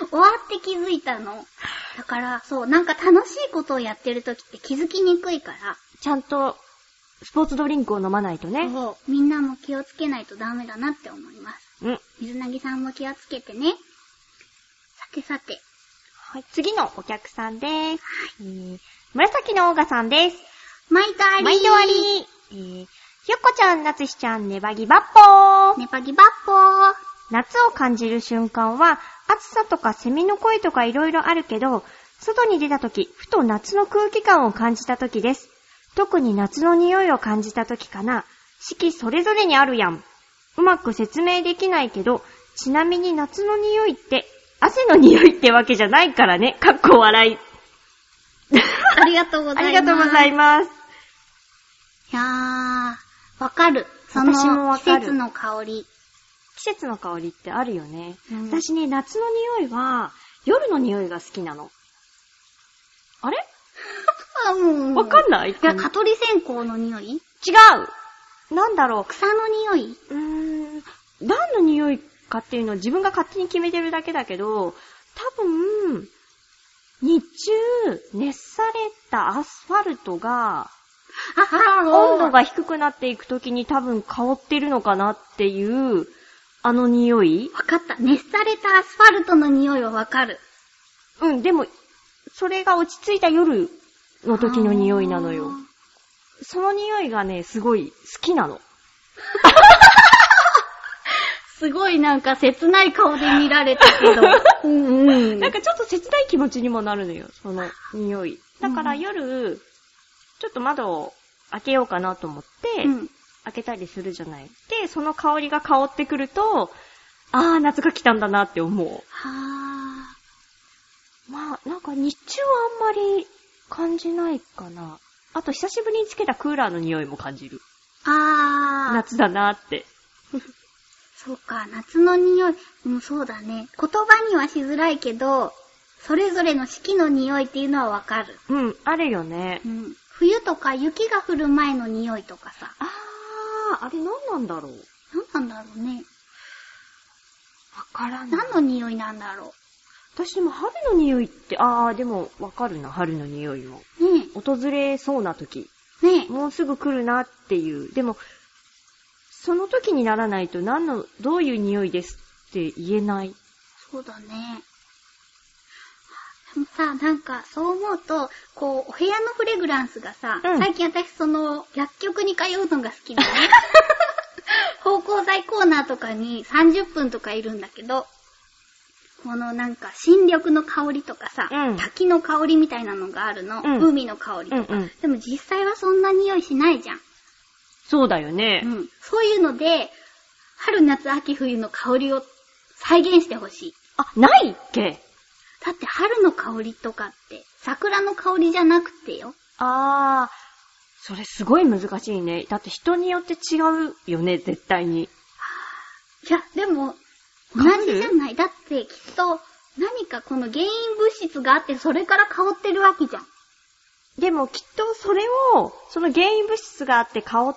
終わって気づいたの。だから、そう、なんか楽しいことをやってる時って気づきにくいから。 ちゃんと、スポーツドリンクを飲まないとね。 そう。みんなも気をつけないとダメだなって思います。 うん。 水なぎさんも気をつけてね。さてさて。 はい、次のお客さんです。はい。えー、 紫のオーガさんです。 毎度あり。 毎度あり。えー、ひよっこちゃん、なつしちゃん、ねばぎばっぽー。 ねばぎばっぽー。 夏を感じる瞬間は、暑さとかセミの声とかいろいろあるけど、外に出たとき、ふと夏の空気感を感じたときです。特に夏の匂いを感じたときかな。四季それぞれにあるやん。うまく説明できないけど、ちなみに夏の匂いって、汗の匂いってわけじゃないからね。かっこ笑い。 ありがとうございます。 ありがとうございます。 いやー、わかる。その私もわかる。 季節の香り。 季節の香りってあるよね。 うん、 私ね、夏の匂いは、夜の匂いが好きなの。あれうん、 わかんない？ いや、蚊取り線香の匂い？ 違う。なんだろう。 草の匂い？ うーん。何の匂いかっていうのを自分が勝手に決めてるだけだけど、多分、日中、熱されたアスファルトが、温度が低くなっていくときに多分香ってるのかなっていう、あの匂い？ わかった。熱されたアスファルトの匂いはわかる。 うん、でも、それが落ち着いた夜の時の匂いなのよ。その匂いがね、すごい好きなの。 すごいなんか切ない顔で見られたけど。 うんうん。なんかちょっと切ない気持ちにもなるのよ、その匂い。だから夜、うん、ちょっと窓を開けようかなと思って、うん、開けたりするじゃない。で、その香りが香ってくると、あー、夏が来たんだなって思う。 はー。まあ、なんか日中はあんまり感じないかな。あと久しぶりにつけたクーラーの匂いも感じる。 あー。 夏だなって。 そうか、夏の匂い。うん、そうだね。言葉にはしづらいけど、それぞれの四季の匂いっていうのはわかる。 うん、あるよね。 うん。冬とか雪が降る前の匂いとかさ。 あー、あれ何なんだろう。 何なんだろうね。 わからない。 何の匂いなんだろう。 私でも春の匂いって、あー、でもわかるな、春の匂いも。 ねえ。訪れそうな時。 ねえ。 もうすぐ来るなっていう。でも、その時にならないと何の、どういう匂いですって言えない。 そうだね。でもさ、なんかそう思うと、こう、お部屋のフレグランスがさ、うん、最近私その、薬局に通うのが好きでね。芳香剤コーナーとかにさんじゅっぷんとかいるんだけど、このなんか新緑の香りとかさ、うん、滝の香りみたいなのがあるの、うん、海の香りとか、うんうん、でも実際はそんな匂いしないじゃん。 そうだよね。 うん。そういうので、春夏秋冬の香りを再現してほしい。 あ、ないっけ？ だって春の香りとかって桜の香りじゃなくてよ。 あー、それすごい難しいね。だって人によって違うよね、絶対に。 いや、でも、同じじゃない。だってきっと何かこの原因物質があってそれから香ってるわけじゃん。 でもきっとそれを、その原因物質があって香って、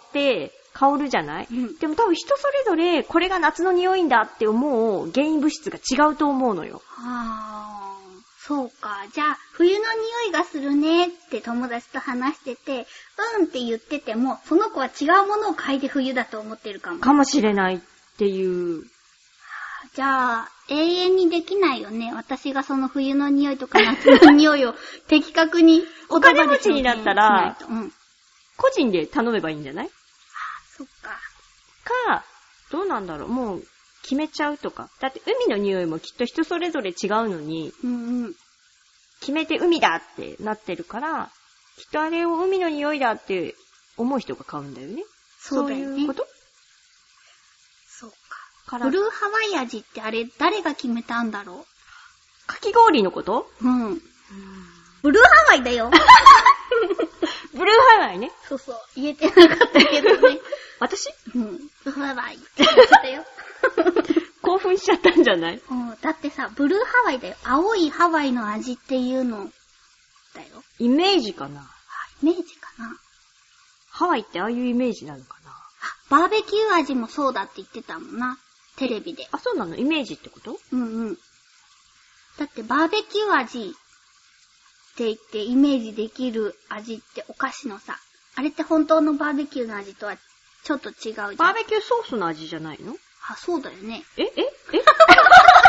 香るじゃない、うん、でも多分人それぞれこれが夏の匂いんだって思う原因物質が違うと思うのよ。 はぁ、そうか。じゃあ冬の匂いがするねって友達と話してて、うんって言ってても、その子は違うものを嗅いで冬だと思ってるかも。 かもしれないっていう。 じゃあ、永遠にできないよね。私がその冬の匂いとか夏の匂いを的確にお金持ちになったら、うん、個人で頼めばいいんじゃない？ああ、そっか。 か、どうなんだろう。もう決めちゃうとか。だって海の匂いもきっと人それぞれ違うのに、 うんうん、 決めて海だってなってるから、きっとあれを海の匂いだって思う人が買うんだよね。 そうだよね。 そういうこと？ そうか。ブルーハワイ味ってあれ誰が決めたんだろう？ かき氷のこと？ うん。うん、ブルーハワイだよ。 ブルーハワイね。 そうそう。言えてなかったけどね。 私？ うん。ブルーハワイって言ってたよ。 興奮しちゃったんじゃない？ うん。だってさ、ブルーハワイだよ。青いハワイの味っていうのだよ。 イメージかな？ イメージかな？ ハワイってああいうイメージなのかな？ あ、バーベキュー味もそうだって言ってたもんな。テレビで。 あ、そうなの？イメージってこと？ うんうん。だってバーベキュー味って言ってイメージできる味ってお菓子のさ、あれって本当のバーベキューの味とはちょっと違うじゃん。 バーベキューソースの味じゃないの？ あ、そうだよね。 えええ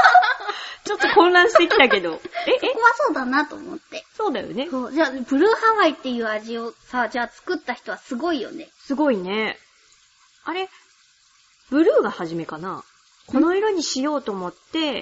ちょっと混乱してきたけど。 え、えここはそうだなと思って。 そうだよね。 そう。じゃあ、ブルーハワイっていう味をさ、じゃあ作った人はすごいよね。 すごいね。あれ、ブルーが初めかな？この色にしようと思って、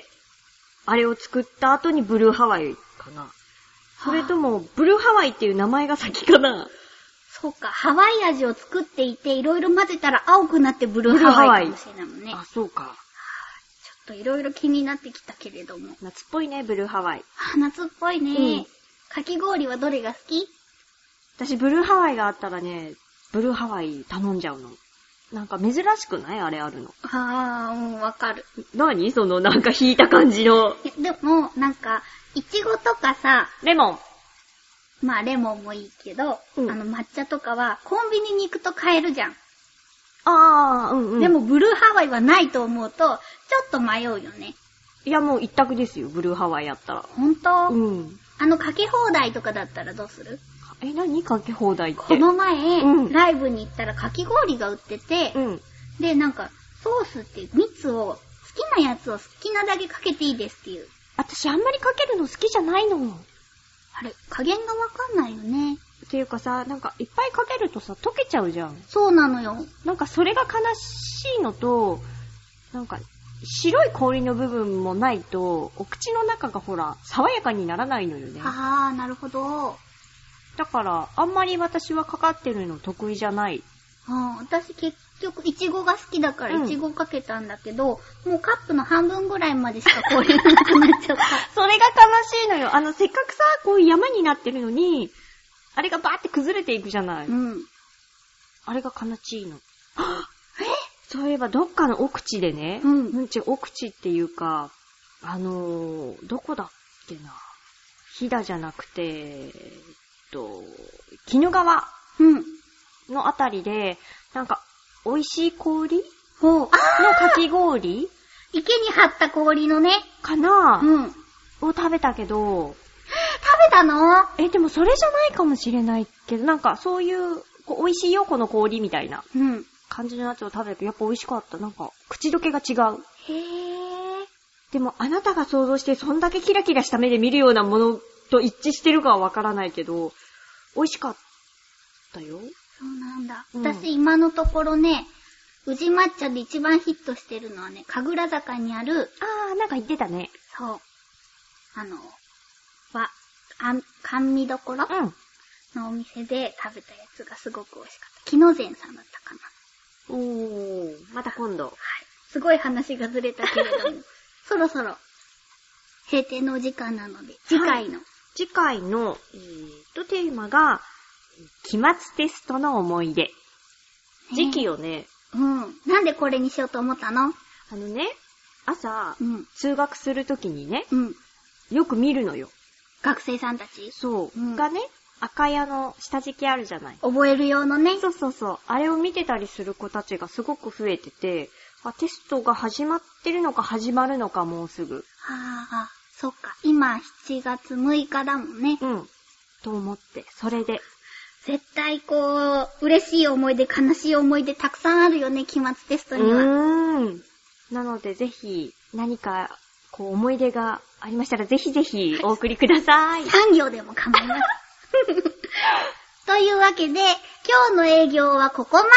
あれを作った後にブルーハワイかな。それとも、ブルーハワイっていう名前が先かな。 そうか、ハワイ味を作っていて、いろいろ混ぜたら青くなってブルーハワイかもしれないもんね。 あ、そうか。 ちょっといろいろ気になってきたけれども。 夏っぽいね、ブルーハワイ。 あ、夏っぽいね、うん。かき氷はどれが好き？ 私、ブルーハワイがあったらね、ブルーハワイ頼んじゃうの。なんか珍しくない？あれあるの。 あー、うん、わかる。 何？そのなんか引いた感じの。 でも、なんか、いちごとかさ、 レモン。 まあ、レモンもいいけど、 うん、 あの、抹茶とかは、コンビニに行くと買えるじゃん。 あー、うんうん。 でも、ブルーハワイはないと思うと、ちょっと迷うよね。 いや、もう一択ですよ、ブルーハワイやったら。 ほんと？ うん。 あの、かけ放題とかだったらどうする？ え、何かけ放題って。 この前、 うん、 ライブに行ったらかき氷が売ってて、 うん、 で、なんか、ソースっていう蜜を、好きなやつを好きなだけかけていいですっていう。 私あんまりかけるの好きじゃないの。 あれ、加減がわかんないよね。 っていうかさ、なんかいっぱいかけるとさ、溶けちゃうじゃん。 そうなのよ。 なんかそれが悲しいのと、なんか、白い氷の部分もないと、お口の中がほら、爽やかにならないのよね。 あー、なるほど。 だから、あんまり私はかかってるの得意じゃない。 あー、私結局、いちごが好きだからいちごかけたんだけど、うん、もうカップの半分ぐらいまでしか氷がなくなっちゃった。 それが悲しいのよ。あの、せっかくさ、こういう山になってるのに、あれがバーって崩れていくじゃない。 うん。 あれが悲しいの。 え？ そういえば、どっかの奥地でね、 うん。 うんち、奥地っていうか、あのー、どこだっけな。飛騨じゃなくて、えっと、鬼怒川のあたりで、なんか、美味しい氷ほう。 のかき氷池に張った氷のね。 かな、 うん。 を食べたけど、 食べたの？ え、でもそれじゃないかもしれないけど、なんかそういう、こう美味しいよこの氷みたいな感じのやつを食べるとやっぱ美味しかった。なんか、口どけが違う。 へー。 でもあなたが想像してそんだけキラキラした目で見るようなものと一致してるかはわからないけど、美味しかったよ。 そうなんだ。 うん、 私今のところね、宇治抹茶で一番ヒットしてるのはね、神楽坂にある、 あー、なんか言ってたね。 そう。あの、は、あん、甘味どころのお店で食べたやつがすごく美味しかった。木の膳さんだったかな。 おー、また今度。はい。 すごい話がずれたけれども、そろそろ閉店のお時間なので、次回の。はい、 次回の、えーと、テーマが、期末テストの思い出。時期よね。 うん。なんでこれにしようと思ったの？ あのね、朝、 うん、 通学するときにね、 うん、 よく見るのよ。 学生さんたち？ そう。うん、がね、赤屋の下敷きあるじゃない。 覚える用のね。 そうそうそう。あれを見てたりする子たちがすごく増えてて、あ、テストが始まってるのか始まるのかもうすぐ。 はあ、そっか。今しちがつむいかだもんね。 うん。と思って、それで。 絶対こう、嬉しい思い出、悲しい思い出たくさんあるよね、期末テストには。 うーん。なのでぜひ、何か、こう思い出がありましたら、ぜひぜひお送りください。 さん行でも構います。というわけで、今日の営業はここまで。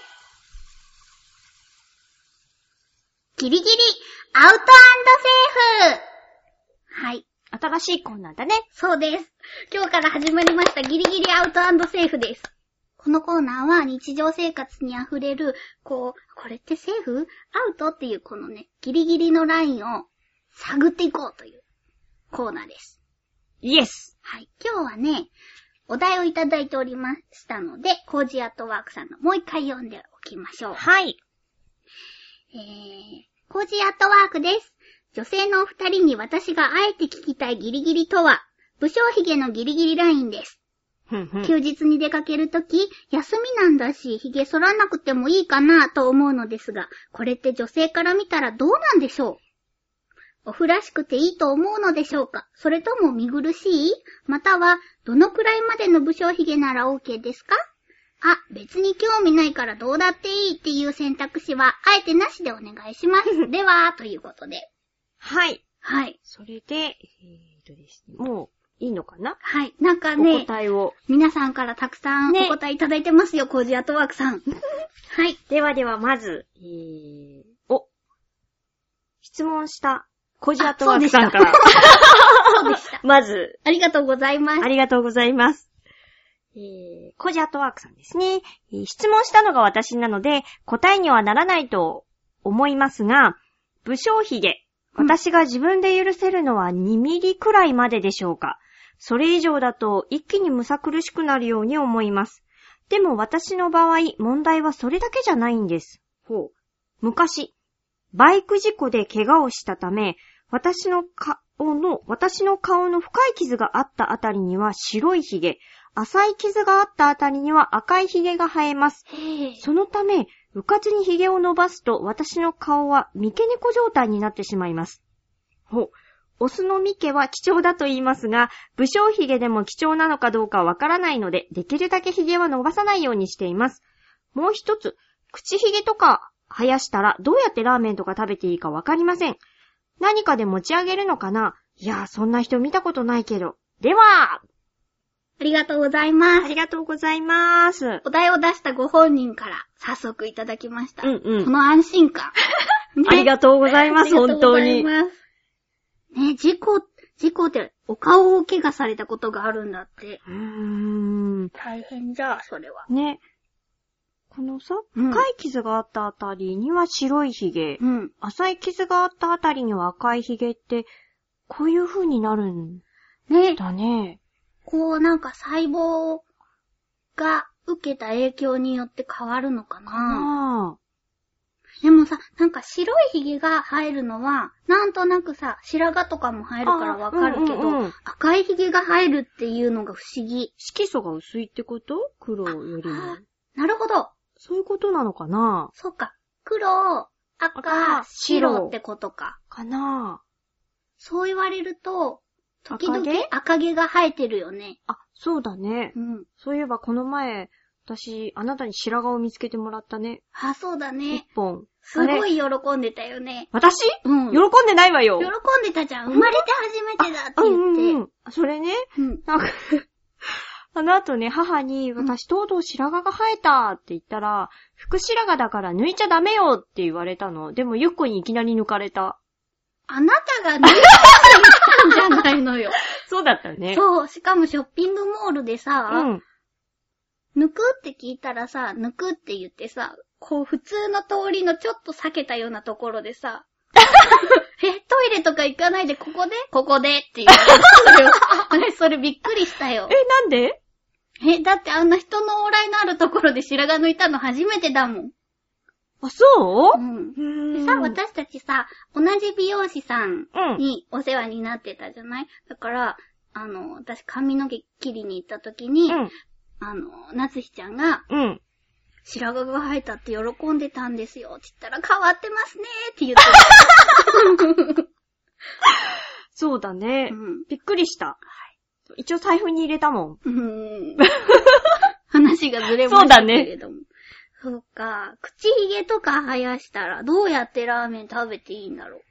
ギリギリ、アウト&セーフ。はい。 新しいコーナーだね。 そうです。今日から始まりましたギリギリアウト&セーフです。このコーナーは日常生活に溢れる、こう、これってセーフ？アウトっていうこのね、ギリギリのラインを探っていこうというコーナーです。 イエス！ はい。今日はね、お題をいただいておりましたので、コージーアットワークさんのもう一回読んでおきましょう。 はい。 えー、コージーアットワークです。女性のお二人に私があえて聞きたいギリギリとは、武将髭のギリギリラインです。 ふんふん。 休日に出かけるとき、休みなんだし、髭剃らなくてもいいかなと思うのですが、これって女性から見たらどうなんでしょう？オフらしくていいと思うのでしょうか？それとも見苦しい？または、どのくらいまでの武将髭なら OK ですか？あ、別に興味ないからどうだっていいっていう選択肢は、あえてなしでお願いします。では、ということで。 はい。 はい。 それで、えーとですね、もういいのかな？ はい。なんかね、 お答えを。 皆さんからたくさんお答えいただいてますよ、ね、コージーアートワークさん。はい。 ではでは、まず、えー、お、質問した、コージーアートワークさんから。 そうでした。 まず。 ありがとうございます。 ありがとうございます。えー、コージーアートワークさんですね。えー、質問したのが私なので、答えにはならないと思いますが、武将髭。私が自分で許せるのはにミリくらいまででしょうか。それ以上だと一気にむさ苦しくなるように思います。でも私の場合、問題はそれだけじゃないんです。ほう。昔、バイク事故で怪我をしたため、私の顔の、私の顔の深い傷があったあたりには白い髭、浅い傷があったあたりには赤い髭が生えます。そのため、うかつに髭を伸ばすと私の顔は三毛猫状態になってしまいます。ほう。オスの三毛は貴重だと言いますが、武将髭でも貴重なのかどうかわからないので、できるだけ髭は伸ばさないようにしています。もう一つ、口髭とか生やしたらどうやってラーメンとか食べていいかわかりません。何かで持ち上げるのかな？いやー、そんな人見たことないけど。では、 ありがとうございます。 ありがとうございます。 お題を出したご本人から早速いただきました。 うんうん。 この安心感。 ね、ありがとうございます、本当に。 ありがとうございます。ね、事故、事故ってお顔を怪我されたことがあるんだって。 うーん。 大変じゃ、それは。 ね。このさ、深い傷があったあたりには白い髭、うん、浅い傷があったあたりには赤い髭って、こういう風になるんだね。 こうなんか細胞が受けた影響によって変わるのかな。あでもさ、なんか白い髭が生えるのは、なんとなくさ、白髪とかも生えるからわかるけど、うんうんうん、赤い髭が生えるっていうのが不思議。 色素が薄いってこと？黒よりも。 なるほど。 そういうことなのかな？ そっか。黒、赤、白ってことか。 かな？ そう言われると、時々赤毛が生えてるよね。 あ、そうだね。 うん。 そういえばこの前、私、あなたに白髪を見つけてもらったね。 あ、そうだね。 一本。 すごい喜んでたよね。 私？うん。喜んでないわよ。 喜んでたじゃん。生まれて初めてだって言って。うんうんうん。 それね。 うん。 なんか、あの後ね、母に、私とうとう白髪が生えたって言ったら、副白髪だから抜いちゃダメよって言われたの。でもゆっこにいきなり抜かれた。 あなたが抜いたって言ったんじゃないのよ。 そうだったね。 そう。しかもショッピングモールでさ、 うん。 抜くって聞いたらさ、抜くって言ってさ、こう普通の通りのちょっと避けたようなところでさ、え、トイレとか行かないでここでここでって言われたよ。私それびっくりしたよ。 え、なんで？ え、だってあんな人の往来のあるところで白髪抜いたの初めてだもん。 あ、そう？ うん。でさ、私たちさ、同じ美容師さんにお世話になってたじゃない？だから、あの、私髪の毛切りに行った時に、うん、あの、なつひちゃんが、 うん。 白髪が生えたって喜んでたんですよ。って言ったら変わってますねって言ってた。 そうだね、 うん。 びっくりした。はい、一応財布に入れたもん。 うん、話がずれましたけれども。そうだね。そうか。口ひげとか生やしたらどうやってラーメン食べていいんだろう。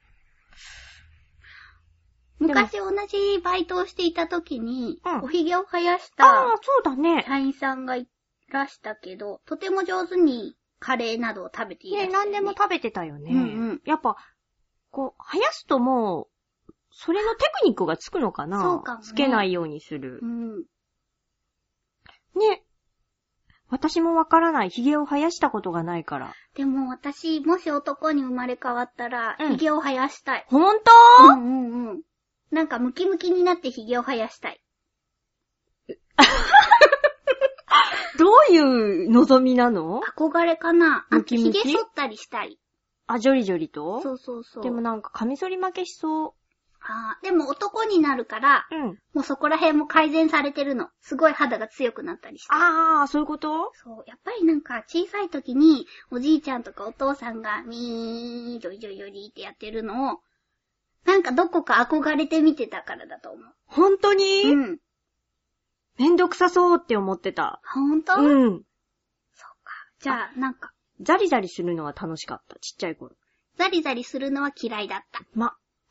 昔同じバイトをしていた時に、うん、おひげを生やした社員さんがいらしたけど、とても上手にカレーなどを食べていらっしゃる、ね。 ね、何でも食べてたよね。 うんうん、 やっぱ、こう、生やすともう、それのテクニックがつくのかな？ そうかもね。 つけないようにする。 うん。 ね。私もわからない。髭を生やしたことがないから。 でも私、もし男に生まれ変わったら、うん、髭を生やしたい。 ほんと？ うんうんうん。なんかムキムキになって髭を生やしたい。 どういう望みなの？ 憧れかな。あと髭剃ったりしたい。 あ、ジョリジョリと？ そうそうそう。 でもなんかカミソリ負けしそう。 あでも男になるから、 うん、 もうそこら辺も改善されてるの。すごい肌が強くなったりして。 ああ、そういうこと？ そう。やっぱりなんか小さい時におじいちゃんとかお父さんがミージョリジョリジョリってやってるのを、なんかどこか憧れて見てたからだと思う。 本当に？ うん。 めんどくさそうって思ってた。 ほんと？ うん。 そうか。じゃあ、なんか。 ザリザリするのは楽しかった。ちっちゃい頃。 ザリザリするのは嫌いだった。 ま、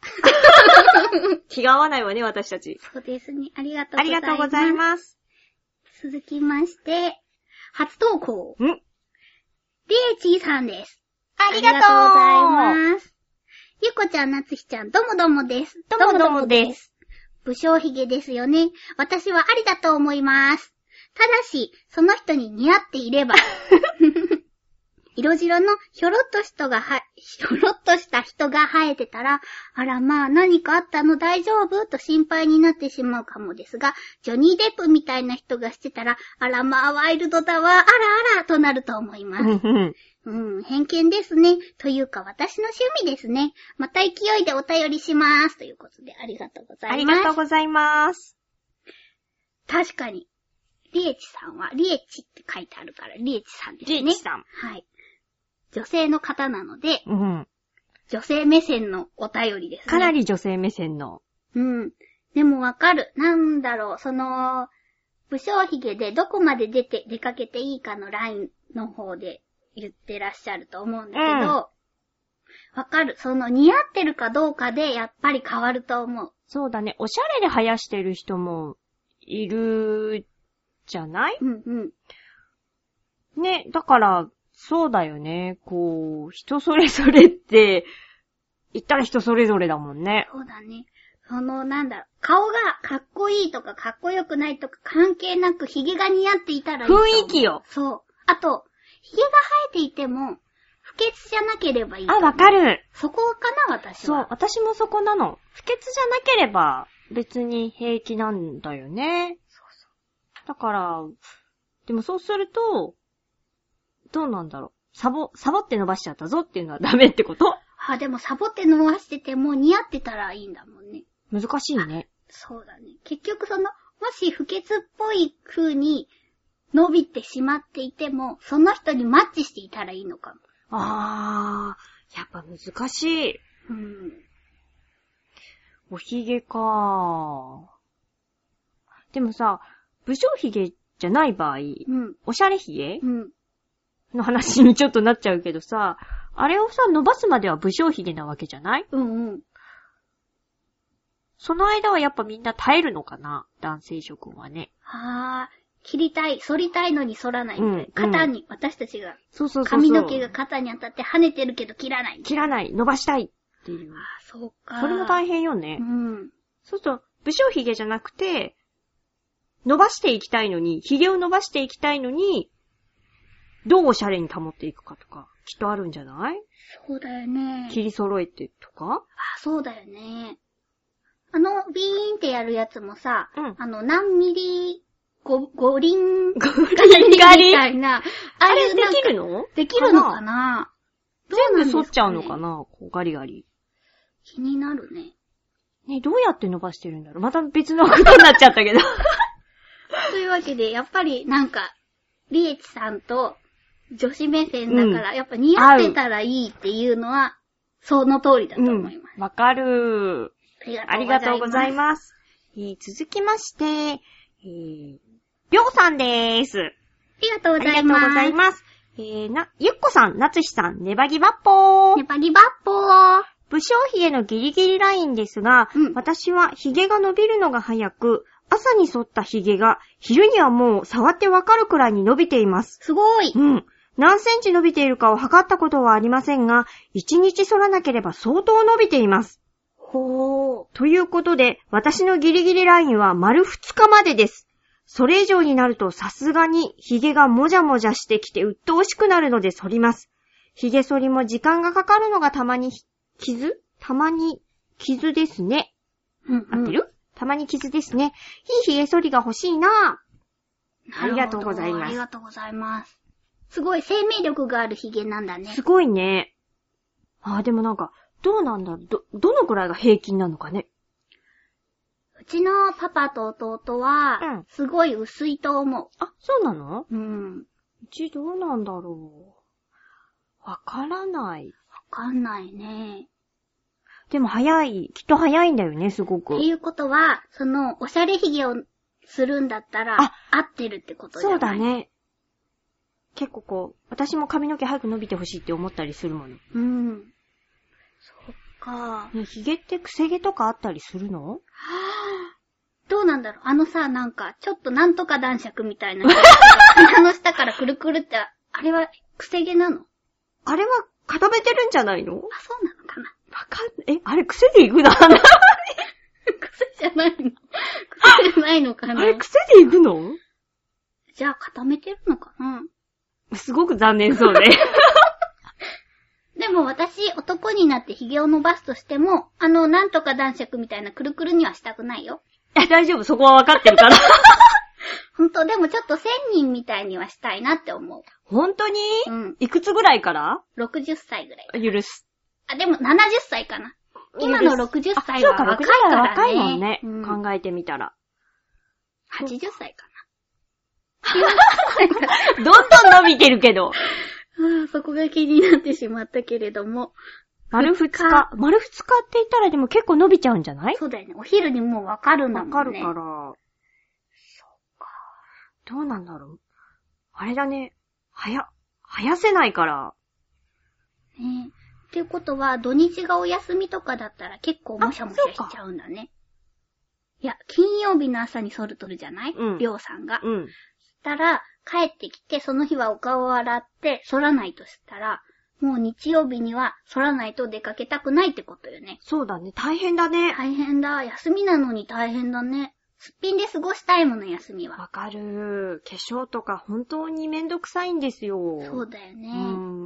気が合わないわね、私たち。 そうですね。ありがとうございます。 ありがとうございます。 続きまして、初投稿。 ん？ りえちーさんです。 ありがとう。 ありがとうございます。ゆこちゃん、なつひちゃん、どもどもです。 どもどもです。 武将髭ですよね。私はありだと思います。ただし、その人に似合っていれば。色白のひょろっとしたがは、ひょろっとした人が生えてたら、あらまあ何かあったの大丈夫と心配になってしまうかもですが、ジョニー・デップみたいな人がしてたら、あらまあワイルドだわ、あらあらとなると思います。うん、偏見ですね。というか私の趣味ですね。また勢いでお便りします。ということでありがとうございます。 ありがとうございます。 確かに、リエチさんは、リエチって書いてあるから、リエチさんですね。 リエチさん。 はい。女性の方なので、 うん、 女性目線のお便りですね。 かなり女性目線の。 うん。でもわかる。なんだろう、その、武将髭でどこまで出て、出かけていいかのラインの方で言ってらっしゃると思うんだけど、わ、うん、かる。その似合ってるかどうかでやっぱり変わると思う。 そうだね。おしゃれで生やしてる人もいるじゃない？ うんうん。 ね、だから、そうだよね。こう、人それぞれって、言ったら人それぞれだもんね。 そうだね。その、なんだろう、顔がかっこいいとかかっこよくないとか関係なく髭が似合っていたらいいと思う。 雰囲気よ。 そう。あと、髭が生えていても、不潔じゃなければいいと思う。 あ、わかる。 そこかな、私は。 そう、私もそこなの。不潔じゃなければ別に平気なんだよね。 そうそう。 だから、でもそうすると、どうなんだろう。サボ、サボって伸ばしちゃったぞっていうのはダメってこと？ あ、でもサボって伸ばしてても似合ってたらいいんだもんね。 難しいね。 そうだね。結局その、もし不潔っぽい風に伸びてしまっていても、その人にマッチしていたらいいのかも。 あー、やっぱ難しい。 うん。 おひげかー。でもさ、武将ひげじゃない場合、うん、おしゃれひげ、うん、の話にちょっとなっちゃうけどさ、あれをさ、伸ばすまでは武将ひげなわけじゃない？ うんうん。 その間はやっぱみんな耐えるのかな？男性諸君はね。 はー。切りたい、反りたいのに反らないみたいな。うん、肩に、私たちが、 そうそうそうそう。 髪の毛が肩に当たって跳ねてるけど切らない。 切らない、伸ばしたいっていう。 ああ、そうか。 それも大変よね。 うん。 そうすると、武将髭じゃなくて、伸ばしていきたいのに、髭を伸ばしていきたいのに、どうおしゃれに保っていくかとか、きっとあるんじゃない？ そうだよね。 切り揃えてとか？ あ、そうだよね。あの、ビーンってやるやつもさ、 うん、 あの、何ミリ、ご、五輪、 五輪狩りみたいな。ああれできるの？ できるのかな？ どうなんですかね？全部剃っちゃうのかな？こうガリガリ。 気になるね。 ね、どうやって伸ばしてるんだろう？また別のことになっちゃったけど。 というわけで、やっぱりなんか、リエチさんと女子目線だから、うん、やっぱ似合ってたらいいっていうのは、その通りだと思います。 わ、うん、かる。ありがとうございます。えー、続きまして、えー、りょうさんでーす。ありがとうございます。 ありがとうございます。えー、な、ゆっこさん、なつひさん、ねばぎばっぽー。 ねばぎばっぽー。 武将髭のギリギリラインですが、うん、私は髭が伸びるのが早く、朝に剃った髭が昼にはもう触ってわかるくらいに伸びています。 すごい。 うん。何センチ伸びているかを測ったことはありませんが、一日剃らなければ相当伸びています。 ほー。 ということで、私のギリギリラインは丸ふつかまでです。それ以上になるとさすがに髭がもじゃもじゃしてきて鬱陶しくなるので剃ります。髭剃りも時間がかかるのがたまに傷たまに傷ですね。 うん、うん。 合ってる？たまに傷ですね。いい髭剃りが欲しいな。ありがとうございます。 ありがとうございます。すごい生命力がある髭なんだね。 すごいね。ああ、でもなんか、どうなんだろう。ど、どのくらいが平均なのかね。 うちのパパと弟は、うん、すごい薄いと思う。 あ、そうなの？ うん。 うちどうなんだろう。わからない。 わかんないね。 でも早い、きっと早いんだよね、すごく。 っていうことは、その、おしゃれ髭をするんだったら、あ、合ってるってことじゃない？ そうだね。結構こう、私も髪の毛早く伸びてほしいって思ったりするもの。 うん。そっか。 ね、ヒゲってくせ毛とかあったりするの？はぁ。 どうなんだろう、あのさ、なんか、ちょっとなんとか男爵みたいな。鼻の下からくるくるって、あれは、くせ毛なの？ あれは固めてるんじゃないの？あ、 そうなのかな？ わかん、え、あれ癖でいくの？癖じゃないの？癖じゃないのかな？ あれ癖でいくの？ じゃあ固めてるのかな？ すごく残念そうね。 でも私、男になって髭を伸ばすとしても、あの、なんとか男爵みたいなくるくるにはしたくないよ。 え、大丈夫、そこはわかってるから。 ほんと、でもちょっと千人みたいにはしたいなって思う。 ほんとに？ うん。 いくつぐらいから？ ろくじゅっさいぐらい。 許す。 あ、でもななじゅっさいかな。今のろくじゅっさいは若いからね。 若いもんね、 うん、 考えてみたら。 はちじゅっさいかな。どんどん伸びてるけど。 ああ、そこが気になってしまったけれども。 丸二日。丸二日って言ったらでも結構伸びちゃうんじゃない？ そうだよね。お昼にもうわかるんだもんね。 わかるから。そうか。 どうなんだろう。あれだね。はや、生やせないから。 ねえ。っていうことは、土日がお休みとかだったら結構もしゃもしゃしちゃうんだね。いや、金曜日の朝に剃るとるじゃない？うん。りょうさんが。うん。したら、帰ってきて、その日はお顔を洗って、剃らないとしたら、もう日曜日には剃らないと出かけたくないってことよね。 そうだね。大変だね。 大変だ。休みなのに大変だね。すっぴんで過ごしたいもの、休みは。 わかる。化粧とか本当にめんどくさいんですよ。 そうだよね。うん。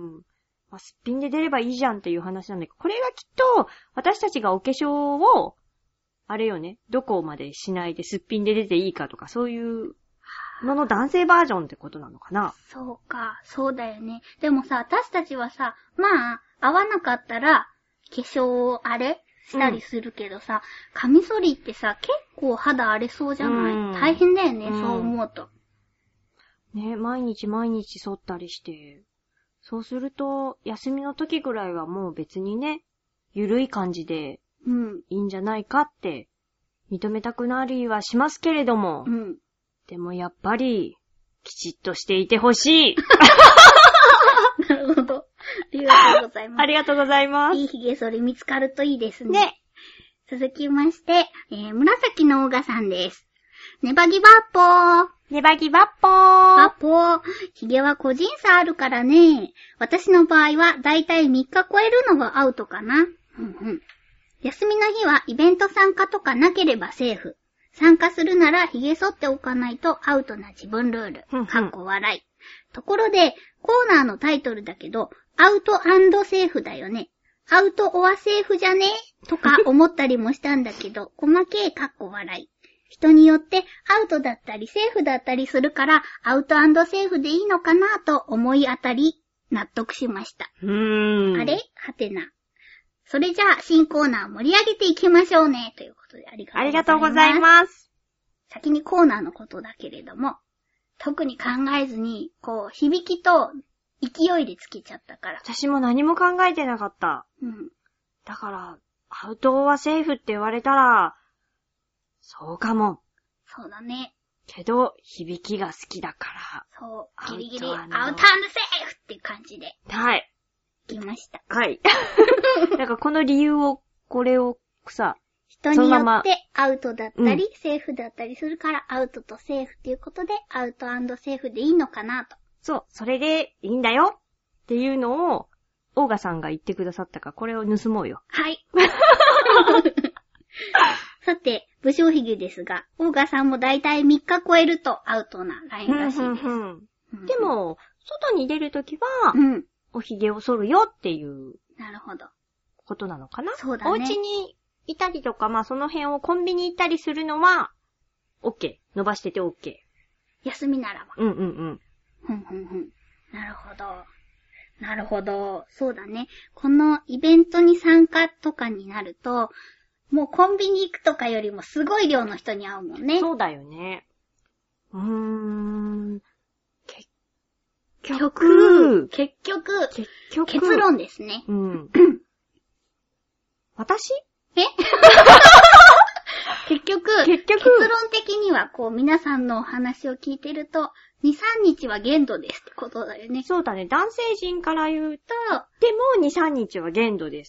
まあ、すっぴんで出ればいいじゃんっていう話なんだけど、これがきっと、私たちがお化粧を、あれよね、どこまでしないですっぴんで出ていいかとか、そういうのの男性バージョンってことなのかな。 そうか、そうだよね。でもさ、私たちはさ、まあ、合わなかったら、化粧をあれしたりするけどさ、うん、カミソリってさ、結構肌荒れそうじゃない？うん、大変だよね、うん、そう思うと。 ね、毎日毎日剃ったりして。そうすると、休みの時ぐらいはもう別にね、ゆるい感じで、うん、いいんじゃないかって、認めたくなりはしますけれども、うん、でもやっぱり、きちっとしていてほしい。 なるほど。ありがとうございます。 ありがとうございます。 いい髭剃り見つかるといいですね。ね。続きまして、えー、紫のオーガさんです。ネバギバッポー。 ネバギバッポー。 バッポー。髭は個人差あるからね。私の場合はだいたいみっか超えるのがアウトかな。うんうん。休みの日はイベント参加とかなければセーフ。参加するなら髭剃っておかないとアウトな自分ルール。かっこ笑い。ところで、コーナーのタイトルだけど、アウト&セーフだよね。アウトオアセーフじゃねとか思ったりもしたんだけど、細けえかっこ笑い。人によってアウトだったりセーフだったりするから、アウト&セーフでいいのかなと思い当たり、納得しました。 うーん。 あれはてな。それじゃあ、新コーナー盛り上げていきましょうね。ということでありがとうございます。 ありがとうございます。 先にコーナーのことだけれども、特に考えずに、こう、響きと勢いでつけちゃったから。 私も何も考えてなかった。うん。だから、アウトはセーフって言われたら、そうかも。 そうだね。 けど、響きが好きだから。 そう。ギリギリ、アウト&セーフっていう感じで。 はい。 言いました。 はい。なんかこの理由を、これをさ、 人によってアウトだったり、うん、セーフだったりするから、アウトとセーフっていうことで、アウト&セーフでいいのかなと。 そう、それでいいんだよっていうのを、オーガさんが言ってくださったから、これを盗もうよ。 はい。さて、武将髭ですが、オーガさんもだいたいみっか超えるとアウトなラインらしいです。うんうんうん、でも、外に出るときは、うん、お髭を剃るよっていう。 なるほど。 ことなのかな？ そうだね。 お家にいたりとか、まあその辺をコンビニ行ったりするのは、OK。伸ばしてて OK。 休みならば。 うんうんうん。 ふんふんふん。なるほど。なるほど。そうだね。このイベントに参加とかになると、もうコンビニ行くとかよりもすごい量の人に会うもんね。 そうだよね。うーん。結局、 結局、 結局、 結論ですね。 うん。私？ え結局、 結局、 結論的にはこう皆さんのお話を聞いてると、に、さんにちは限度ですってことだよね。 そうだね。男性陣から言うと、でもに、さんにちは限度ですと。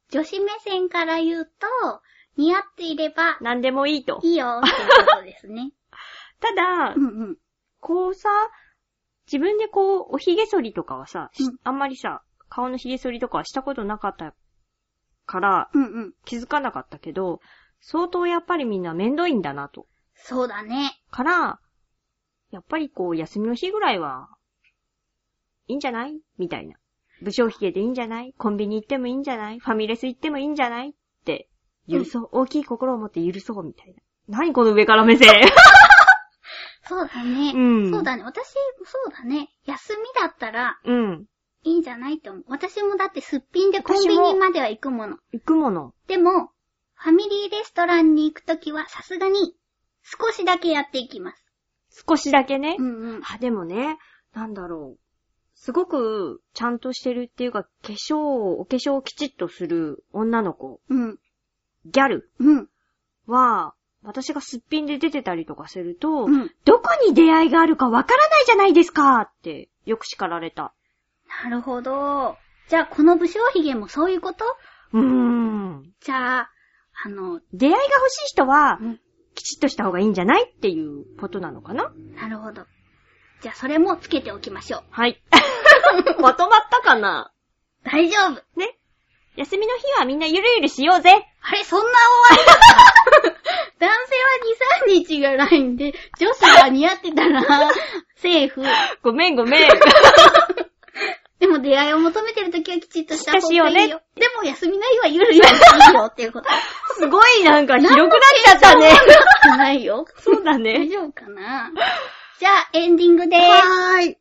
女子目線から言うと、似合っていれば、 何でもいいと。 いいよっていうことですね。 ただ、 うんうん、 こうさ、自分でこう、お髭剃りとかはさ、うん、あんまりさ、顔の髭剃りとかはしたことなかったから、うんうん、気づかなかったけど、相当やっぱりみんな面倒いんだなと。 そうだね。 から、やっぱりこう、休みの日ぐらいは、いいんじゃないみたいな。武将髭でいいんじゃないコンビニ行ってもいいんじゃないファミレス行ってもいいんじゃないって許そう、うん、大きい心を持って許そうみたいな。何この上から目線そうだね、うん。そうだね。私、そうだね。休みだったら、うん。いいんじゃないって思う。私もだってすっぴんでコンビニまでは行くもの。 行くもの。 でも、ファミリーレストランに行くときはさすがに少しだけやっていきます。 少しだけね。 うんうん。 あ、でもね、なんだろう。すごくちゃんとしてるっていうか、化粧を、お化粧をきちっとする女の子。 うん。 ギャル。 うん。 は、私がすっぴんで出てたりとかすると、 うん、 どこに出会いがあるかわからないじゃないですかってよく叱られた。 なるほど。じゃあこの武将髭もそういうこと？ うーん。 じゃあ、あの、 出会いが欲しい人は、うん、きちっとした方がいいんじゃないっていうことなのかな？ なるほど。じゃあそれもつけておきましょう。 はい。まとまったかな？ 大丈夫。 ね。休みの日はみんなゆるゆるしようぜ。 あれ、そんな終わりだ男性はに、さんにちがラインで、女子が似合ってたら、セーフ。 ごめんごめん。 でも出会いを求めてるときはきちっとした方がいいよ。 しようね。 でも休みの日はゆるゆるしようっていうこと。 すごいなんか広くなっちゃったね。 ないよ。 そうだね。 大丈夫かな。じゃあ、エンディングでーす。 はーい。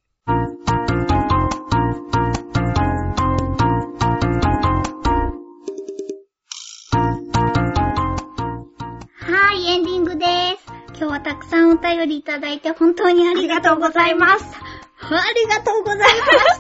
はい、エンディングでーす。今日はたくさんお便りいただいて本当にありがとうございます。ありがとうございました。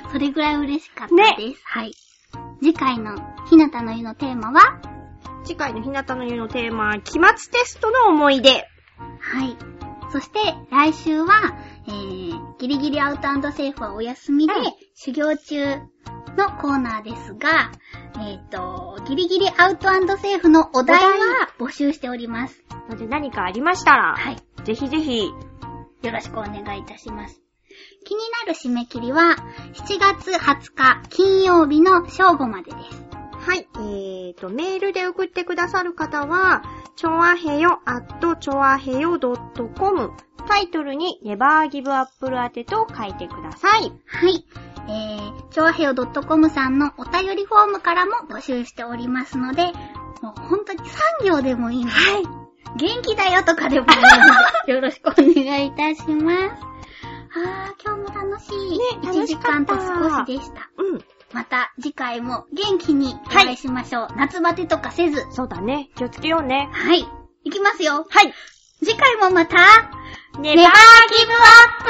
それぐらい嬉しかったです。ね、はい。次回のひなたの湯のテーマは？ 次回のひなたの湯のテーマは、期末テストの思い出。 はい。そして来週は、えー、ギリギリアウト&セーフはお休みで、うん、修行中のコーナーですが、えっと、ギリギリアウト&セーフのお題は募集しております。 ので何かありましたら、 はい。 ぜひぜひ、 よろしくお願いいたします。気になる締め切りは、しちがつはつか金曜日の正午までです。 はい。えーと、メールで送ってくださる方は、ちょあへよ アットちょあへよ ドットコム タイトルに Never Give Up 宛てと書いてください。 はい。えー、ちょあへよ ドットコム さんのお便りフォームからも募集しておりますので、もう本当にさん行でもいいので、 はい。 元気だよとかでもいいので、よろしくお願いいたします。あー、今日も楽しい。 ね、 いちじかんと少しでした。 うん。 また次回も元気にお会いしましょう。はい、夏バテとかせず。 そうだね。気をつけようね。 はい。いきますよ。 はい。 次回もまた、 ネバーギブアップ